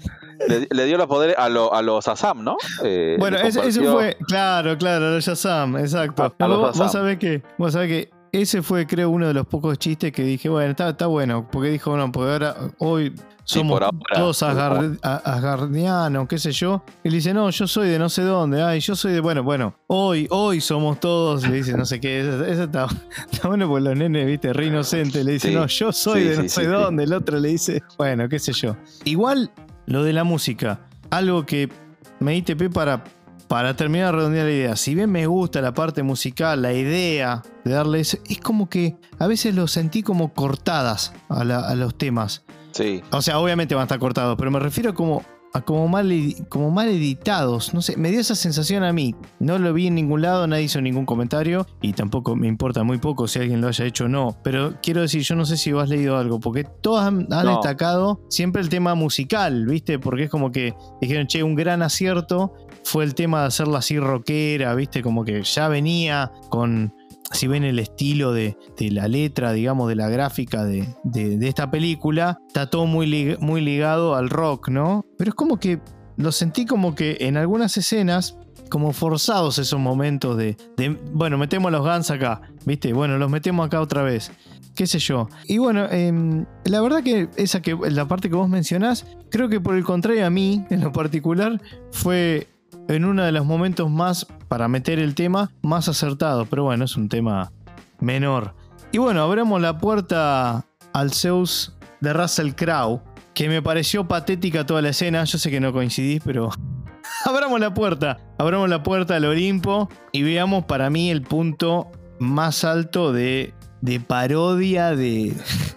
le, le dio los poderes a, lo, a los Shazam, ¿no? Eh, bueno, ese, ese fue. Claro, claro, a los Shazam, exacto. A, a los vos, vos sabés que. Vos sabés que ese fue, creo, uno de los pocos chistes que dije, bueno, está, está bueno. Porque dijo, bueno, porque ahora hoy somos sí, ahora, todos asgard, asgardianos, qué sé yo. Y le dice, no, yo soy de no sé dónde. Ay, yo soy de, bueno, bueno, hoy, hoy somos todos. Le dice, no sé qué. Eso, eso está, está bueno porque los nenes, viste, re inocentes. Le dice, sí, no, yo soy sí, de no sí, sé sí, dónde. Sí. El otro le dice, bueno, qué sé yo. Igual, lo de la música, algo que me diste pie para, para terminar de redondear la idea. Si bien me gusta la parte musical, la idea de darle eso, es como que a veces lo sentí como cortadas a, la, a los temas. Sí. O sea, obviamente van a estar cortados, pero me refiero como a como mal, como mal editados. No sé, me dio esa sensación a mí. No lo vi en ningún lado, nadie hizo ningún comentario y tampoco me importa muy poco si alguien lo haya hecho o no. Pero quiero decir, yo no sé si vos has leído algo, porque todos han, han no. destacado siempre el tema musical, ¿viste? Porque es como que dijeron, che, un gran acierto fue el tema de hacerla así rockera, ¿viste? Como que ya venía con... Si ven el estilo de, de la letra, digamos, de la gráfica de, de, de esta película, está todo muy, lig, muy ligado al rock, ¿no? Pero es como que lo sentí como que en algunas escenas, como forzados esos momentos de, de bueno, metemos los Guns acá, ¿viste? Bueno, los metemos acá otra vez, qué sé yo. Y bueno, eh, la verdad que esa que la parte que vos mencionás, creo que por el contrario a mí, en lo particular, fue... en uno de los momentos más, para meter el tema, más acertado. Pero bueno, es un tema menor. Y bueno, abramos la puerta al Zeus de Russell Crowe, que me pareció patética toda la escena. Yo sé que no coincidís, pero... abramos la puerta. Abramos la puerta al Olimpo y veamos para mí el punto más alto de, de parodia de...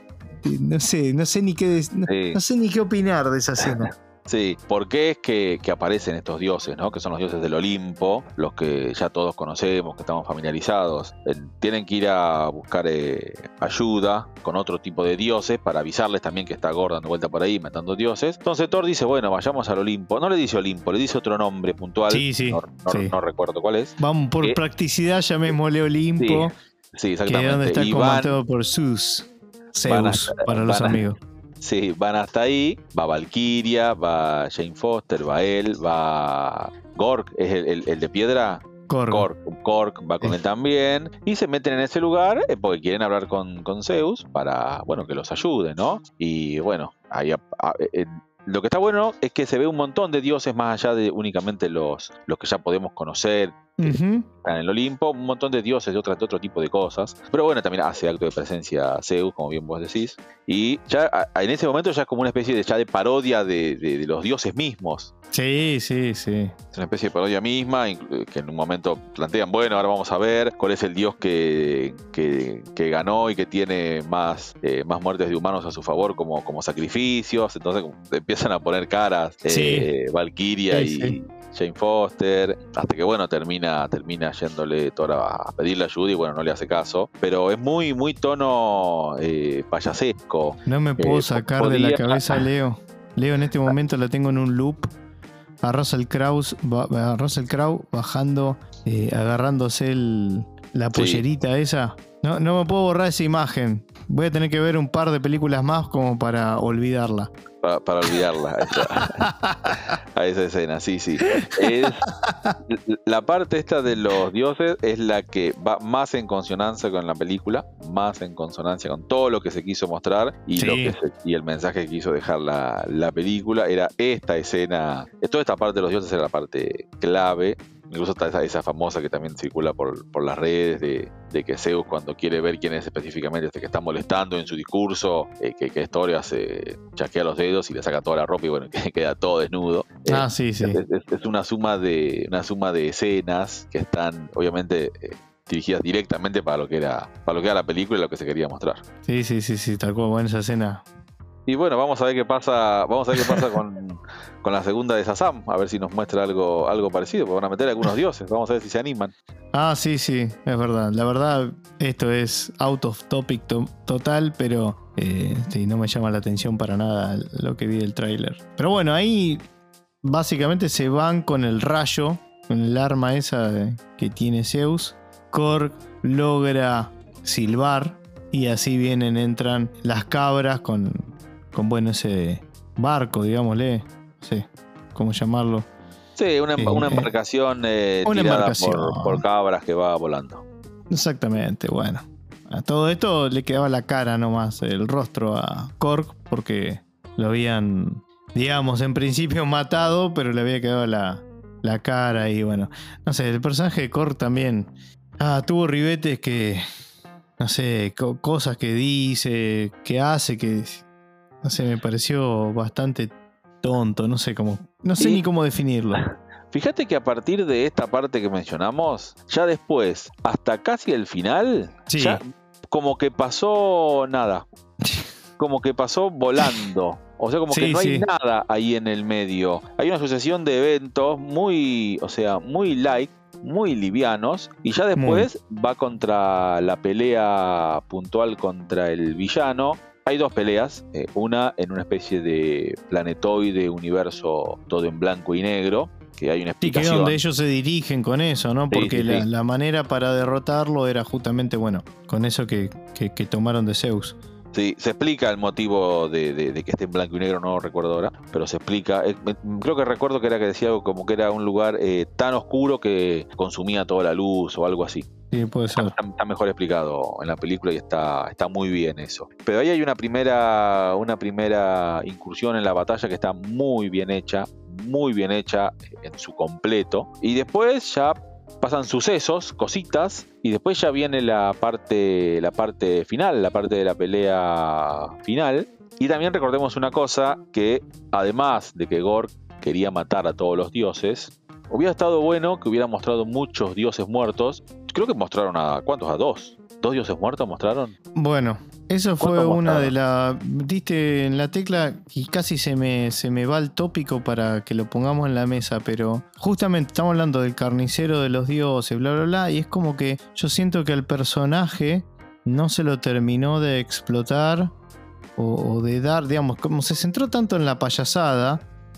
de no sé, no sé ni qué... No, sí. no sé ni qué opinar de esa escena. Sí, porque es que, que aparecen estos dioses, ¿no? Que son los dioses del Olimpo, los que ya todos conocemos, que estamos familiarizados. Eh, tienen que ir a buscar eh, ayuda con otro tipo de dioses para avisarles también que está Gordon de vuelta por ahí matando dioses. Entonces Thor dice, bueno, vayamos al Olimpo. No le dice Olimpo, le dice otro nombre puntual. Sí, sí. No, no, sí. no recuerdo cuál es. Vamos, por eh, practicidad llamémosle Olimpo. Sí, sí, exactamente. Que es donde está y comandado van, por Zeus. Zeus, a, para los a, amigos. Sí, van hasta ahí, va Valkyria, va Jane Foster, va él, va Gorg, es el, el, el de piedra. Korg. Korg, Korg va con Sí. él también. Y se meten en ese lugar eh, porque quieren hablar con, con Zeus para, bueno, que los ayude, ¿no? Y bueno, ahí a- a- eh, lo que está bueno es que se ve un montón de dioses más allá de únicamente los, los que ya podemos conocer, que Ujú. están en el Olimpo, un montón de dioses de, otra, de otro tipo de cosas. Pero bueno, también hace acto de presencia Zeus, como bien vos decís. Y ya a- en ese momento ya es como una especie de, ya de parodia de, de- de los dioses mismos. Sí, sí, sí. Es una especie de parodia misma, inclu- que en un momento plantean, bueno, ahora vamos a ver cuál es el dios que, que, que ganó y que tiene más, eh, más muertes de humanos a su favor como, como sacrificios. Entonces como, empiezan a poner caras, eh, Valkyria Sí, y sí. Jane Foster, hasta que bueno, termina, termina yéndole Thor a, a pedirle ayuda y bueno, no le hace caso. Pero es muy, muy tono eh, payasesco. No me puedo Eh, sacar de la podía- cabeza a Leo. Leo en este momento la tengo en un loop. A Russell Crowe, a Russell Crowe bajando, eh, agarrándose el, la Sí. pollerita esa. No, no me puedo borrar esa imagen. Voy a tener que ver un par de películas más como para olvidarla. Para, para olvidarla a esa, a esa escena, sí, sí. Es, la parte esta de los dioses es la que va más en consonancia con la película, más en consonancia con todo lo que se quiso mostrar y, Sí. lo que se- y el mensaje que quiso dejar la, la película. Era esta escena, toda esta parte de los dioses era la parte clave. Incluso está esa, esa famosa que también circula por, por las redes de, de que Zeus, cuando quiere ver quién es específicamente este que está molestando en su discurso, eh, que, que Historia se chasquea los dedos y le saca toda la ropa y bueno, que queda todo desnudo. Eh, Ah, sí, sí. es, es- es una suma de una suma de escenas que están obviamente eh, dirigidas directamente para lo que era para lo que era la película y lo que se quería mostrar. Sí, sí, sí, sí, tal cual, buena esa escena. Y bueno, vamos a ver qué pasa, vamos a ver qué pasa con, con la segunda de Shazam, a ver si nos muestra algo, algo parecido, porque van a meter algunos dioses, vamos a ver si se animan. Ah, sí, sí, es verdad. La verdad, esto es out of topic to- total, pero eh, sí, no me llama la atención para nada lo que vi del tráiler. Pero bueno, ahí básicamente se van con el rayo, con el arma esa de- que tiene Zeus. Korg logra silbar y así vienen, entran las cabras con, con bueno, ese barco, digámosle. No sé cómo llamarlo. Sí, una, em- Eh, una eh, embarcación eh, una tirada embarcación. Por, por cabras que va volando. Exactamente, bueno. A todo esto le quedaba la cara nomás, el rostro a Korg, porque lo habían, digamos, en principio matado, pero le había quedado la, la cara y bueno. No sé, el personaje de Korg también ah, tuvo ribetes que, no sé, co- cosas que dice, que hace, que, no sé, me pareció bastante tonto, no sé cómo, no sé Y- ni cómo definirlo. Fíjate que a partir de esta parte que mencionamos, ya después, hasta casi el final, Sí. ya como que pasó nada. Como que pasó volando. O sea, como que Sí, no hay sí. nada ahí en el medio. Hay una sucesión de eventos muy, o sea, muy light, muy livianos. Y ya después va contra la pelea puntual contra el villano. Hay dos peleas, eh, una en una especie de planetoide, universo todo en blanco y negro, que hay una Sí, que es explicación. donde ellos se dirigen con eso, ¿no? Sí, Porque sí, la, sí. la manera para derrotarlo era justamente, bueno, con eso que, que, que tomaron de Zeus. Sí, se explica el motivo de, de- de que esté en blanco y negro, no lo recuerdo ahora, pero se explica. Eh, me- creo que recuerdo que era que decía algo como que era un lugar eh, tan oscuro que consumía toda la luz o algo así. Sí, puede ser. Está, está mejor explicado en la película y está, está muy bien eso. Pero ahí hay una primera, una primera incursión en la batalla que está muy bien hecha, muy bien hecha en su completo. Y después ya pasan sucesos, cositas, y después ya viene la parte, la parte final, la parte de la pelea final. Y también recordemos una cosa, que además de que Gorg quería matar a todos los dioses, hubiera estado bueno que hubiera mostrado muchos dioses muertos. Creo que mostraron a... ¿Cuántos? ¿A dos? ¿Dos dioses muertos mostraron? Bueno, eso fue ¿Cuánto una mostraron? de las... Diste en la tecla y casi se me, se me va el tópico para que lo pongamos en la mesa, pero justamente estamos hablando del carnicero de los dioses, bla, bla, bla, y es como que yo siento que al personaje no se lo terminó de explotar o, o de dar, digamos, como se centró tanto en la payasada,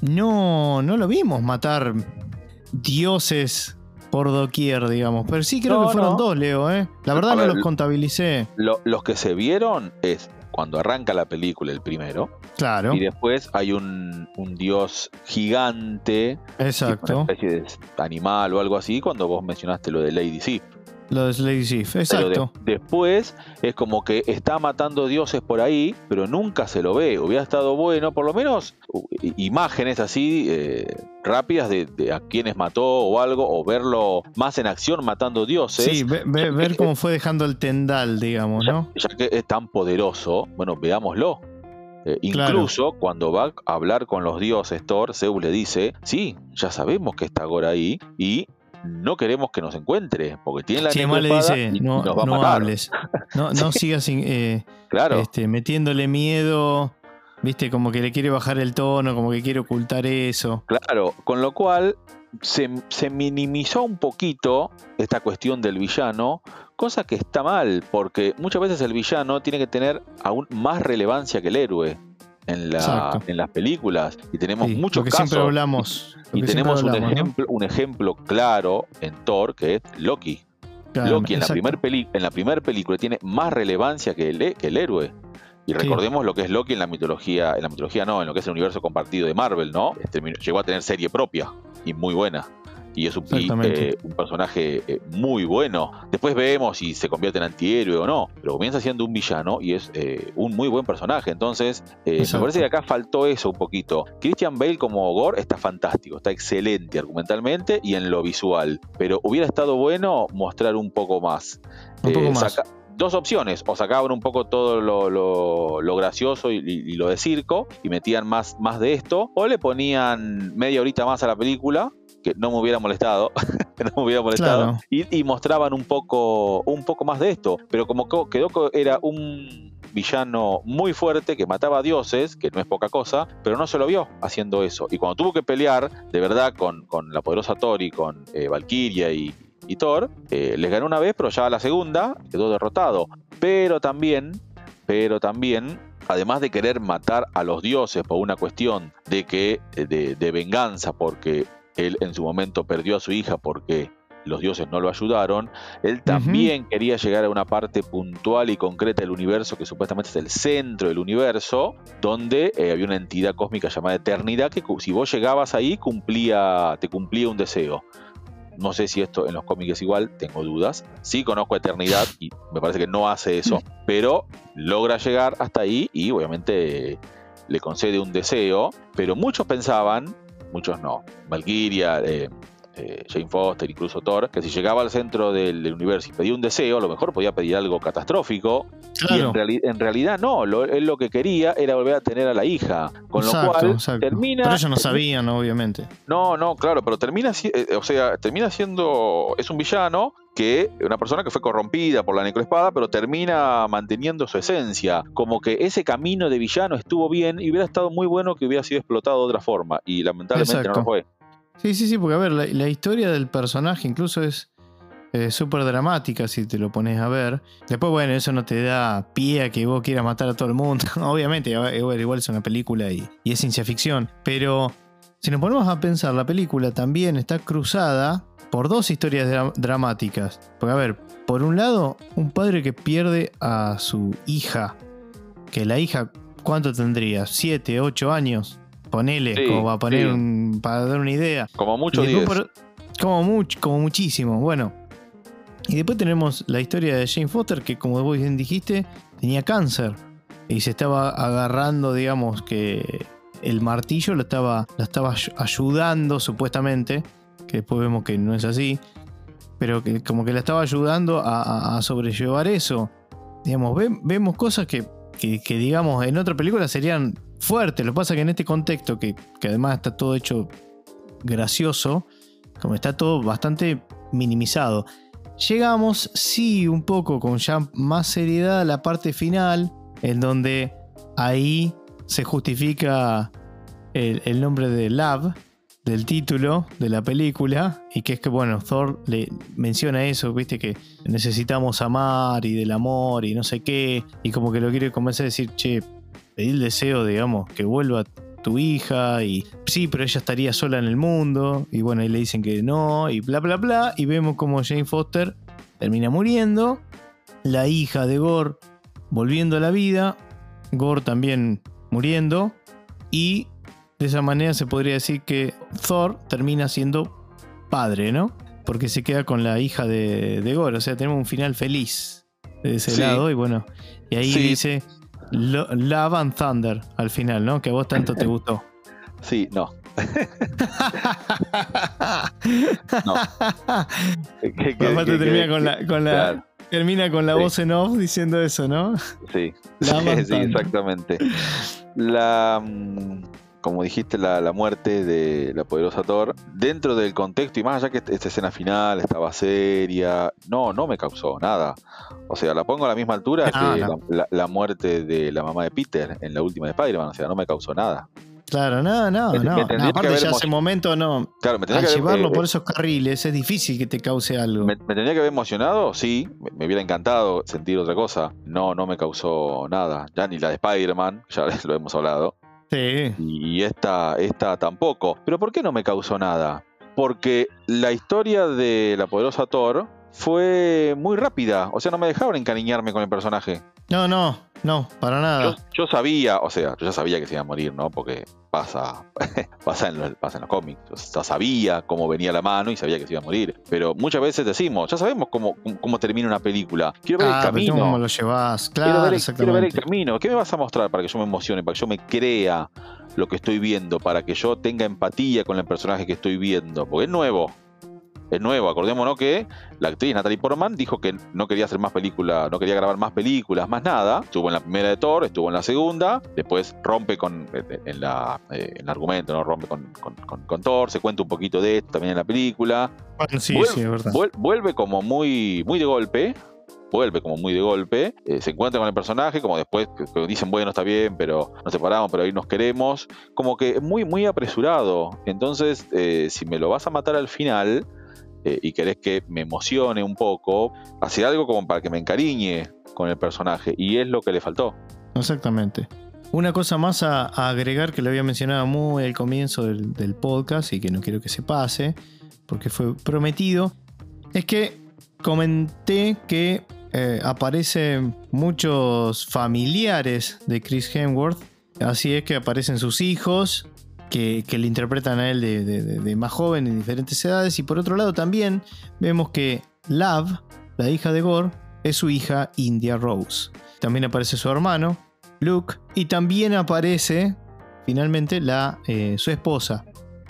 no, no lo vimos matar dioses por doquier, digamos. Pero sí creo No, que fueron no. dos, Leo, ¿eh? La verdad A no ver, los contabilicé. Lo- los que se vieron es cuando arranca la película, el primero. Claro. Y después hay un, un dios gigante. Exacto. Una especie de animal o algo así, cuando vos mencionaste lo de Lady Sif. Lo de Lady Sif, exacto. De, después es como que está matando dioses por ahí, pero nunca se lo ve. Hubiera estado bueno, por lo menos, imágenes así eh, rápidas de, de a quienes mató o algo, o verlo más en acción matando dioses. Sí, ve, ve, ver que, cómo fue dejando el tendal, digamos, ya, ¿no? Ya que es tan poderoso, bueno, veámoslo. Eh, incluso claro. Cuando va a hablar con los dioses Thor, Zeus le dice, sí, ya sabemos que está Gore ahí y no queremos que nos encuentre, porque tiene la sí, además le dice, y no, nos va no a matar. hables, no, no sí. sigas eh, claro. este, metiéndole miedo, viste, como que le quiere bajar el tono, como que quiere ocultar eso. Claro, con lo cual se, se minimizó un poquito esta cuestión del villano, cosa que está mal, porque muchas veces el villano tiene que tener aún más relevancia que el héroe en, la, en las películas, y tenemos sí, muchos lo que casos siempre hablamos, y, y tenemos hablamos, un ejemplo, ¿no? un ejemplo claro en Thor, que es Loki. Claro, Loki en la, primer peli, en la primera película tiene más relevancia que el, que el héroe. Y recordemos sí. lo que es Loki en la mitología, en la mitología no, en lo que es el universo compartido de Marvel, ¿no? Este, llegó a tener serie propia y muy buena. Y es un, y, eh, un personaje eh, muy bueno. Después vemos si se convierte en antihéroe o no, pero comienza siendo un villano y es eh, un muy buen personaje. Entonces, eh, me parece que acá faltó eso un poquito. Christian Bale como Gore está fantástico, está excelente argumentalmente y en lo visual, pero hubiera estado bueno mostrar un poco más. Un poco más. Saca, Dos opciones, o sacaban un poco todo lo, lo, lo gracioso y, y, y lo de circo y metían más, más de esto, o le ponían media horita más a la película, que no me hubiera molestado, no me hubiera molestado, claro. y, y mostraban un poco, un poco más de esto, pero como quedó, era un villano muy fuerte que mataba a dioses, que no es poca cosa, pero no se lo vio haciendo eso, y cuando tuvo que pelear de verdad con, con la poderosa Thor y con eh, Valkyria y y Thor, eh, les ganó una vez, pero ya a la segunda quedó derrotado. Pero también, pero también, además de querer matar a los dioses por una cuestión de que de, de venganza, porque él en su momento perdió a su hija porque los dioses no lo ayudaron, él también uh-huh. quería llegar a una parte puntual y concreta del universo, que supuestamente es el centro del universo, donde eh, había una entidad cósmica llamada Eternidad, que si vos llegabas ahí, cumplía, te cumplía un deseo. No sé si esto en los cómics es igual, tengo dudas. Sí conozco a Eternidad y me parece que no hace eso, pero logra llegar hasta ahí y obviamente eh, le concede un deseo. Pero muchos pensaban, muchos no, Valkyria, eh, eh, Jane Foster, incluso Thor, que si llegaba al centro del, del universo y pedía un deseo, a lo mejor podía pedir algo catastrófico. Claro. Y en, reali- en realidad no, lo, él lo que quería era volver a tener a la hija. Con exacto, lo cual exacto. termina... Pero ellos no sabían, obviamente. No, no, claro, pero termina, eh, o sea, termina siendo... Es un villano que una persona que fue corrompida por la necroespada, pero termina manteniendo su esencia. Como que ese camino de villano estuvo bien y hubiera estado muy bueno que hubiera sido explotado de otra forma. Y lamentablemente exacto. no lo fue. Sí, sí, sí, porque a ver, la, la historia del personaje incluso es eh, súper dramática si te lo pones a ver. Después, bueno, eso no te da pie a que vos quieras matar a todo el mundo. Obviamente, igual, igual es una película y, y es ciencia ficción. Pero si nos ponemos a pensar, la película también está cruzada por dos historias dra- dramáticas. Porque, a ver, por un lado, un padre que pierde a su hija. Que la hija, ¿cuánto tendría? ¿Siete, ocho años? Ponele, sí, como para poner sí. un, para dar una idea. Como mucho diez. Por, como, much, como muchísimo, bueno. Y después tenemos la historia de Jane Foster, que como vos bien dijiste, tenía cáncer. Y se estaba agarrando, digamos, que el martillo lo estaba, lo estaba ayudando, supuestamente. Que después vemos que no es así. Pero que como que la estaba ayudando a, a, a sobrellevar eso. Digamos, ve, vemos cosas que, que, que, digamos, en otra película serían fuerte. Lo que pasa es que en este contexto, que, que además está todo hecho gracioso, como está todo bastante minimizado, llegamos, sí, un poco con ya más seriedad a la parte final, en donde ahí se justifica el, el nombre de Love, del título de la película, y que es que, bueno, Thor le menciona eso, viste, que necesitamos amar y del amor y no sé qué, y como que lo quiere convencer a decir, che, pedí el deseo, digamos, que vuelva tu hija, y sí, pero ella estaría sola en el mundo, y bueno, ahí le dicen que no, y bla bla bla, y vemos como Jane Foster termina muriendo, la hija de Gore volviendo a la vida, Gore también muriendo, y de esa manera se podría decir que Thor termina siendo padre, ¿no? Porque se queda con la hija de, de Gore, o sea, tenemos un final feliz de ese sí. lado, y bueno, y ahí sí. dice Love and Thunder al final, ¿no? Que a vos tanto te gustó. Sí, no. no. ¿Qué, qué, Aparte qué, termina qué, con la, con la claro. termina con la sí. voz en off diciendo eso, ¿no? Sí, sí, sí, exactamente. La, como dijiste, la, la muerte de la poderosa Thor, dentro del contexto, y más allá que esta escena final estaba seria, no, no me causó nada. O sea, la pongo a la misma altura ah, que no. la, la, la muerte de la mamá de Peter en la última de Spider-Man, o sea, no me causó nada. Claro, no, no, me, no. Me no aparte ya hace momento no. Claro, me al que llevarlo haber, eh, por esos carriles es difícil que te cause algo. Me, me tendría que haber emocionado, sí, me, me hubiera encantado sentir otra cosa. No, no me causó nada. Ya ni la de Spider-Man, ya lo hemos hablado. Sí. Y esta, esta tampoco. ¿Pero por qué no me causó nada? Porque la historia de la poderosa Thor fue muy rápida. O sea, no me dejaron encariñarme con el personaje. No, no, no, para nada. Yo, yo sabía, o sea, yo ya sabía que se iba a morir, ¿no? Porque pasa, pasa, en los, pasa en los cómics. Yo ya sabía cómo venía la mano y sabía que se iba a morir. Pero muchas veces decimos, ya sabemos cómo, cómo termina una película. Quiero ver ah, el camino. ¿Cómo lo llevas? Claro, quiero ver, el, exactamente. quiero ver el camino. ¿Qué me vas a mostrar para que yo me emocione, para que yo me crea lo que estoy viendo, para que yo tenga empatía con el personaje que estoy viendo? Porque es nuevo. Es nuevo, acordémonos que la actriz Natalie Portman dijo que no quería hacer más películas, no quería grabar más películas, más nada. Estuvo en la primera de Thor, estuvo en la segunda, después rompe con en, la, eh, en el argumento, ¿no? Rompe con, con, con, con Thor, se cuenta un poquito de esto también en la película. Bueno, sí, vuelve, sí, es verdad. Vuelve como muy, muy de golpe. Vuelve como muy de golpe, eh, se encuentra con el personaje, como después que dicen, bueno, está bien, pero nos separamos, pero ahí nos queremos, como que muy, muy apresurado. Entonces, eh, si me lo vas a matar al final eh, y querés que me emocione un poco, hace algo como para que me encariñe con el personaje, y es lo que le faltó. Exactamente. Una cosa más a, a agregar que le había mencionado muy al comienzo del, del podcast y que no quiero que se pase, porque fue prometido, es que comenté que Eh, aparecen muchos familiares de Chris Hemsworth, así es que aparecen sus hijos que, que le interpretan a él de, de, de más joven en diferentes edades, y por otro lado también vemos que Love, la hija de Gore, es su hija India Rose. También aparece su hermano Luke, y también aparece finalmente la, eh, su esposa,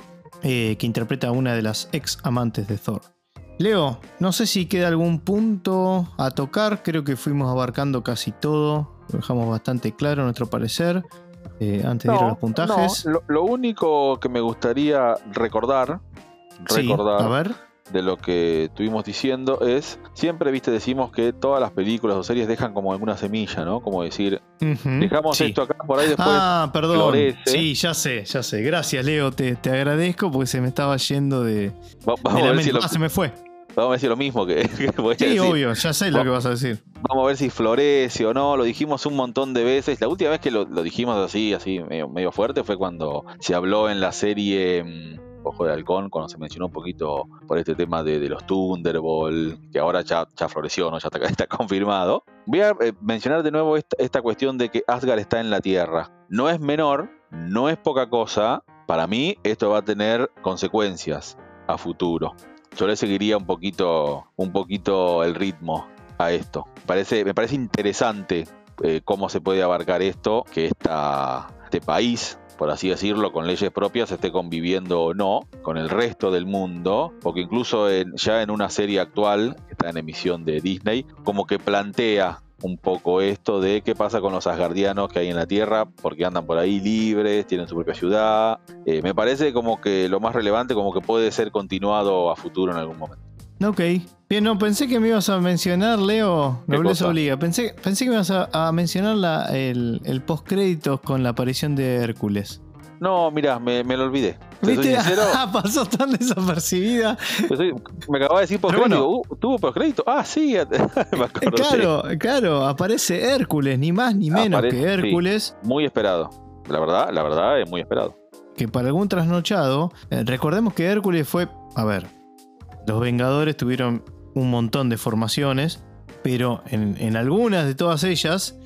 eh, que interpreta a una de las ex amantes de Thor. Leo, no sé si queda algún punto a tocar, creo que fuimos abarcando casi todo, lo dejamos bastante claro a nuestro parecer, eh, antes no, de ir a los puntajes. No, lo, lo único que me gustaría recordar, recordar sí, a ver. de lo que estuvimos diciendo es, siempre viste decimos que todas las películas o series dejan como alguna semilla, ¿no? Como decir, uh-huh, dejamos sí. esto acá, por ahí después ah, perdón. florece. Sí, ya sé, ya sé. Gracias, Leo, te, te agradezco porque se me estaba yendo de... Va, vamos de a ver si lo... ah, se me fue. Vamos a decir lo mismo que, que voy a sí, decir. obvio, ya sé lo vamos, que vas a decir. Vamos a ver si florece o no. Lo dijimos un montón de veces. La última vez que lo, lo dijimos así, así medio, medio fuerte, fue cuando se habló en la serie mmm, Ojo de Halcón, cuando se mencionó un poquito por este tema de, de los Thunderbolts, que ahora ya, ya floreció, ¿no? Ya está, está confirmado. Voy a eh, mencionar de nuevo esta, esta cuestión de que Asgard está en la Tierra. No es menor, no es poca cosa. Para mí, esto va a tener consecuencias a futuro. Yo le seguiría un poquito, un poquito el ritmo a esto. Parece, me parece interesante eh, cómo se puede abarcar esto, que esta, este país, por así decirlo, con leyes propias, esté conviviendo o no con el resto del mundo, porque incluso en, ya en una serie actual, que está en emisión de Disney, como que plantea un poco esto de qué pasa con los asgardianos que hay en la Tierra, porque andan por ahí libres, tienen su propia ciudad. Eh, me parece como que lo más relevante, como que puede ser continuado a futuro en algún momento. Ok. Bien, no, pensé que me ibas a mencionar, Leo, Nobleza Obliga. Pensé, pensé que me ibas a, a mencionar la, el, el postcréditos con la aparición de Hércules. No, mirá, me, me lo olvidé. ¿Viste? Ah, pasó tan desapercibida. Soy, me acababa de decir postcrédito. Bueno, uh, ¿tuvo postcrédito? Ah, sí. Me acuerdo, claro, sí. claro, aparece Hércules, ni más ni menos aparece, que Hércules. Sí, muy esperado. La verdad, la verdad es muy esperado. Que para algún trasnochado, eh, recordemos que Hércules fue, a ver, los Vengadores tuvieron un montón de formaciones, pero en, en algunas de todas ellas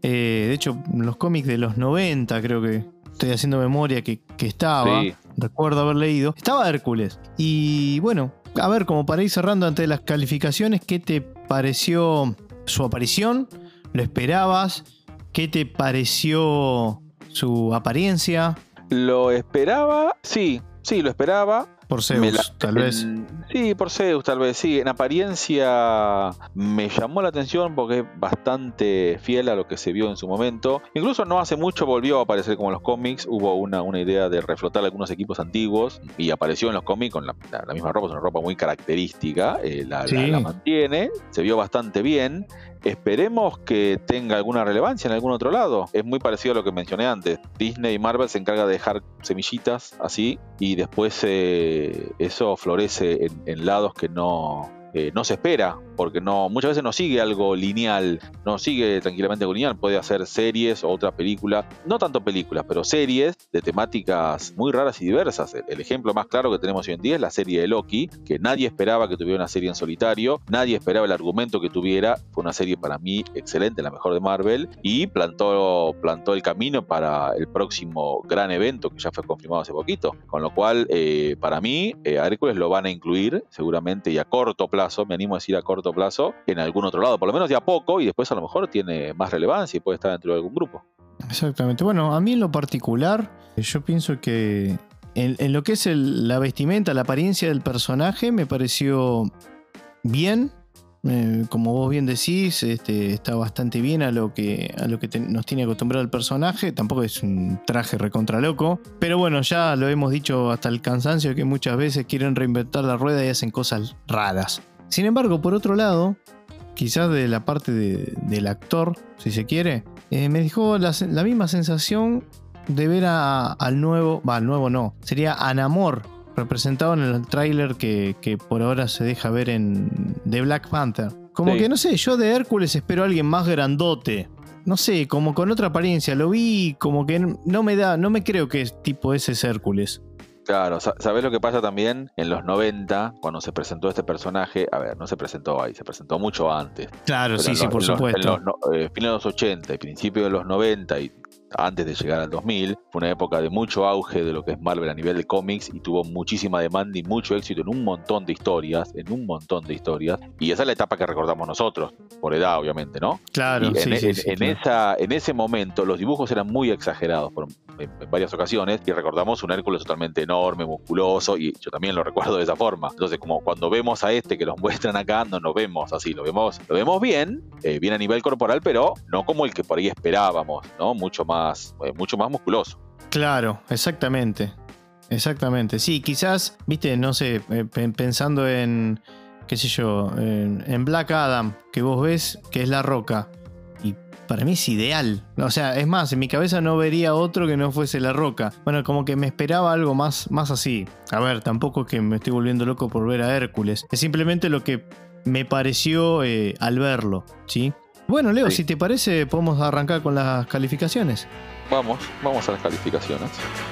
Eh, de hecho, los cómics de los noventa, creo que estoy haciendo memoria que, que estaba. Sí. Recuerdo haber leído. Estaba Hércules. Y bueno, a ver, como para ir cerrando ante las calificaciones, ¿qué te pareció su aparición? ¿Lo esperabas? ¿Qué te pareció su apariencia? ¿Lo esperaba? Sí, sí, lo esperaba. Por Zeus, la, tal en, vez. Sí, por Zeus, tal vez, sí. En apariencia me llamó la atención porque es bastante fiel a lo que se vio en su momento. Incluso no hace mucho volvió a aparecer como en los cómics. Hubo una, una idea de reflotar algunos equipos antiguos y apareció en los cómics con la, la, la misma ropa, es una ropa muy característica. Eh, la, Sí. la, la mantiene, se vio bastante bien. Esperemos que tenga alguna relevancia en algún otro lado. Es muy parecido a lo que mencioné antes. Disney y Marvel se encarga de dejar semillitas así y después eh, eso florece en, en lados que no, eh, no se espera, porque no, muchas veces no sigue algo lineal, no sigue tranquilamente algo lineal. Puede hacer series o otra película, no tanto películas, pero series de temáticas muy raras y diversas. El, el ejemplo más claro que tenemos hoy en día es la serie de Loki, que nadie esperaba que tuviera una serie en solitario, nadie esperaba el argumento que tuviera. Fue una serie para mí excelente, la mejor de Marvel, y plantó, plantó el camino para el próximo gran evento que ya fue confirmado hace poquito. Con lo cual, eh, para mí, eh, a Hércules lo van a incluir seguramente, y a corto plazo, me animo a decir a corto plazo, en algún otro lado, por lo menos de a poco, y después a lo mejor tiene más relevancia y puede estar dentro de algún grupo. Exactamente. Bueno, a mí en lo particular, yo pienso que en, en lo que es el, la vestimenta, la apariencia del personaje, me pareció bien. Eh, como vos bien decís, este, está bastante bien a lo que, a lo que te, nos tiene acostumbrado el personaje. Tampoco es un traje recontra loco, pero bueno, ya lo hemos dicho hasta el cansancio, que muchas veces quieren reinventar la rueda y hacen cosas raras. Sin embargo, por otro lado, quizás de la parte de, del actor, si se quiere, eh, me dejó la, la misma sensación de ver a, al nuevo, va, al nuevo no, sería a Namor, representado en el tráiler que, que por ahora se deja ver en The Black Panther. Como Sí. que no sé, yo de Hércules espero a alguien más grandote. No sé, como con otra apariencia. Lo vi como que no me da, no me creo que es tipo ese es Hércules. Claro, ¿sabés lo que pasa también? En los noventa, cuando se presentó este personaje, a ver, no se presentó ahí, se presentó mucho antes. Claro, Pero sí, en sí, los- por en los- supuesto. En los, no- eh, fines de los ochenta y principios de los noventa y antes de llegar al dos mil, fue una época de mucho auge de lo que es Marvel a nivel de cómics y tuvo muchísima demanda y mucho éxito en un montón de historias, en un montón de historias. Y esa es la etapa que recordamos nosotros, por edad obviamente, ¿no? Claro, Y en, sí, sí, en- sí, en claro. esa, en ese momento los dibujos eran muy exagerados por, en, en varias ocasiones y recordamos un Hércules totalmente enorme, musculoso, y yo también lo recuerdo de esa forma. Entonces, como cuando vemos a este que los muestran acá, no nos vemos así, lo vemos, lo vemos bien, eh, bien a nivel corporal, pero no como el que por ahí esperábamos, ¿no? Mucho más, eh, mucho más musculoso. Claro, exactamente. Exactamente. Sí, quizás, viste, no sé, eh, pe- pensando en, qué sé yo, en, en Black Adam, que vos ves que es La Roca. Y para mí es ideal. O sea, es más, en mi cabeza no vería otro que no fuese La Roca. Bueno, como que me esperaba algo más, más así. A ver, tampoco es que me estoy volviendo loco por ver a Hércules. Es simplemente lo que me pareció eh, al verlo, ¿sí? Bueno, Leo, Sí. si te parece, podemos arrancar con las calificaciones. Vamos, vamos a las calificaciones.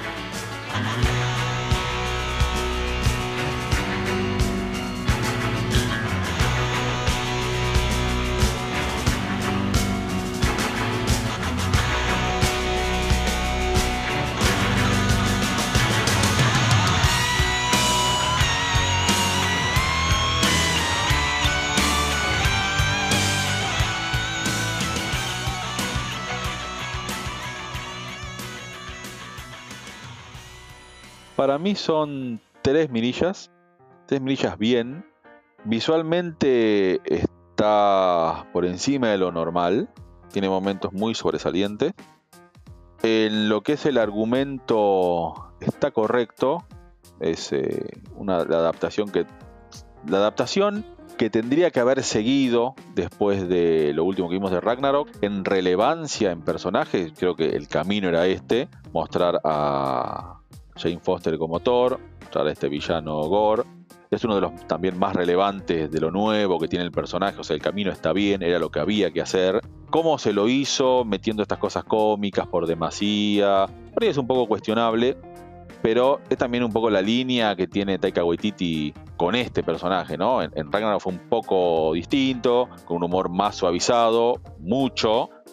Para mí son tres mirillas, tres mirillas bien. Visualmente está por encima de lo normal, tiene momentos muy sobresalientes. En lo que es el argumento está correcto, es eh, una la adaptación que la adaptación que tendría que haber seguido después de lo último que vimos de Ragnarok. En relevancia en personajes, creo que el camino era este, mostrar a Jane Foster como Thor, mostrar a este villano Gore. Es uno de los también más relevantes de lo nuevo que tiene el personaje, o sea, el camino está bien, era lo que había que hacer. ¿Cómo se lo hizo? Metiendo estas cosas cómicas por demasía. Por ahí es un poco cuestionable, pero es también un poco la línea que tiene Taika Waititi con este personaje, ¿no? En, en Ragnarok fue un poco distinto, con un humor más suavizado, mucho,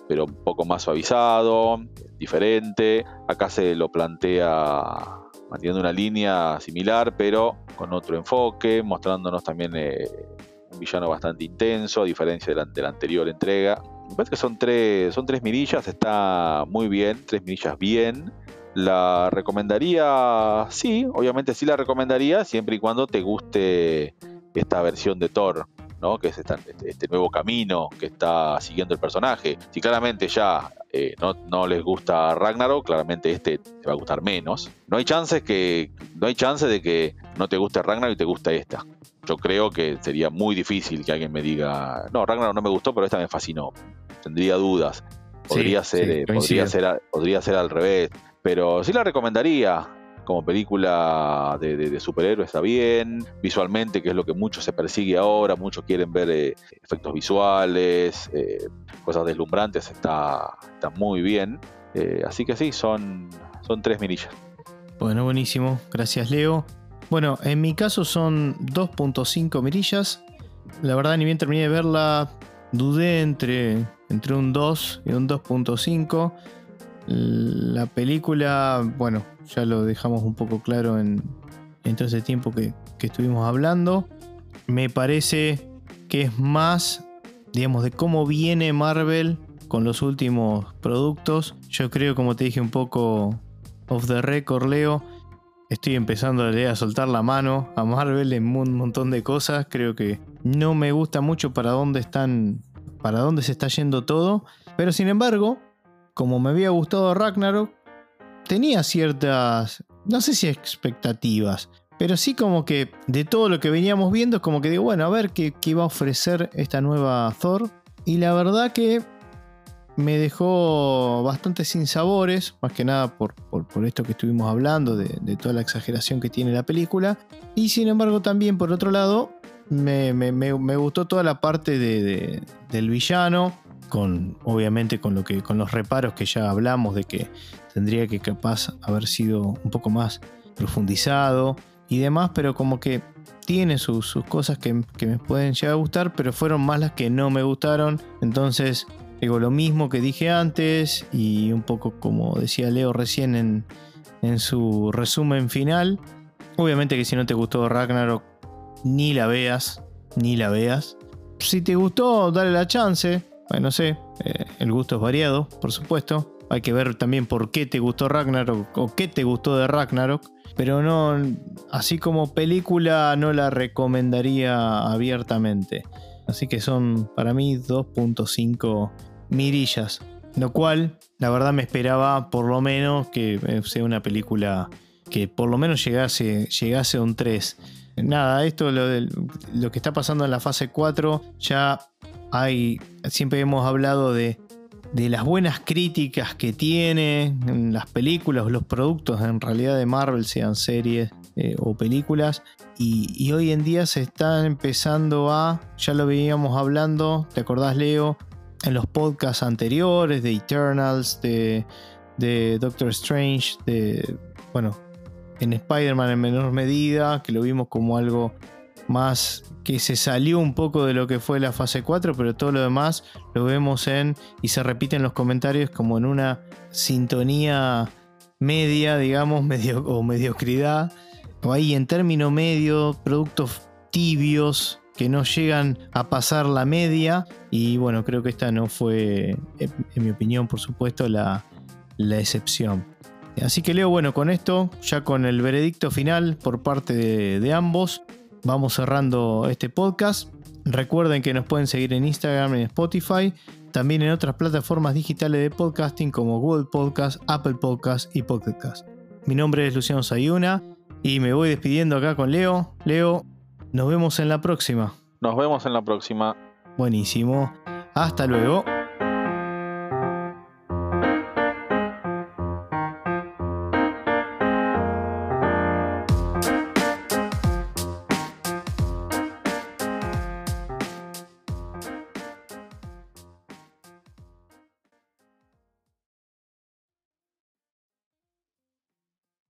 pero un poco más suavizado, diferente. Acá se lo plantea manteniendo una línea similar, pero con otro enfoque, mostrándonos también eh, un villano bastante intenso, a diferencia de la, de la anterior entrega. Me parece que son tres, son tres mirillas, está muy bien, tres mirillas bien. La recomendaría, sí, obviamente sí la recomendaría, siempre y cuando te guste esta versión de Thor, ¿no? Que es esta, este, este nuevo camino que está siguiendo el personaje. Si claramente ya eh, no, no les gusta Ragnarok, claramente este te va a gustar menos. No hay chances que, no hay chance de que no te guste Ragnarok y te gusta esta. Yo creo que sería muy difícil que alguien me diga, no, Ragnarok no me gustó, pero esta me fascinó. Tendría dudas. Podría Sí, ser, sí, eh, podría ser, podría ser al revés. Pero sí la recomendaría. Como película de, de, de superhéroes está bien, visualmente, que es lo que mucho se persigue ahora, muchos quieren ver eh, efectos visuales, eh, cosas deslumbrantes, está, está muy bien. Eh, así que sí, son, son tres mirillas. Bueno, buenísimo, gracias Leo. Bueno, en mi caso son dos punto cinco mirillas. La verdad, ni bien terminé de verla, dudé entre, entre un dos y un dos punto cinco. La película, bueno, ya lo dejamos un poco claro en, en todo ese tiempo que, que estuvimos hablando. Me parece que es más, digamos, de cómo viene Marvel con los últimos productos. Yo creo, como te dije un poco off the record, Leo, estoy empezando a soltar la mano a Marvel en un montón de cosas. Creo que no me gusta mucho para dónde están, para dónde se está yendo todo. Pero sin embargo, como me había gustado Ragnarok, tenía ciertas, no sé si expectativas, pero sí como que de todo lo que veníamos viendo es como que digo, bueno, a ver qué, qué va a ofrecer esta nueva Thor. Y la verdad que me dejó bastante sin sabores, más que nada por, por, por esto que estuvimos hablando, de, de toda la exageración que tiene la película. Y sin embargo también, por otro lado, me, me, me, me gustó toda la parte de, de, del villano, con obviamente con lo que con los reparos que ya hablamos de que tendría que capaz haber sido un poco más profundizado y demás, pero como que tiene sus, sus cosas que, que me pueden llegar a gustar, pero fueron más las que no me gustaron. Entonces digo lo mismo que dije antes y un poco como decía Leo recién en, en su resumen final. Obviamente que si no te gustó Ragnarok, ni la veas, ni la veas. Si te gustó, dale la chance. Bueno, no sé, eh, el gusto es variado, por supuesto. Hay que ver también por qué te gustó Ragnarok o qué te gustó de Ragnarok. Pero no, así como película no la recomendaría abiertamente. Así que son para mí dos punto cinco mirillas. Lo cual, la verdad me esperaba por lo menos que sea una película que por lo menos llegase, llegase a un tres. Nada, esto lo, de, lo que está pasando en la fase cuatro ya... Hay, siempre hemos hablado de, de las buenas críticas que tiene en las películas, los productos en realidad de Marvel, sean series eh, o películas, y, y hoy en día se está empezando a, ya lo veníamos hablando, ¿te acordás, Leo? En los podcasts anteriores de Eternals, de, de Doctor Strange, de, bueno, en Spider-Man en menor medida, que lo vimos como algo más que se salió un poco de lo que fue la fase cuatro, pero todo lo demás lo vemos en, y se repite en los comentarios como en una sintonía media, digamos, medio, o mediocridad, o ahí en término medio, productos tibios que no llegan a pasar la media, y bueno, creo que esta no fue, en mi opinión, por supuesto, la, la excepción. Así que Leo, bueno, con esto, ya con el veredicto final por parte de, de ambos, vamos cerrando este podcast. Recuerden que nos pueden seguir en Instagram, en Spotify, también en otras plataformas digitales de podcasting como Google Podcast, Apple Podcast y Pocket Cast. Mi nombre es Luciano Sayuna y me voy despidiendo acá con Leo. Leo, nos vemos en la próxima. Nos vemos en la próxima. Buenísimo. Hasta luego.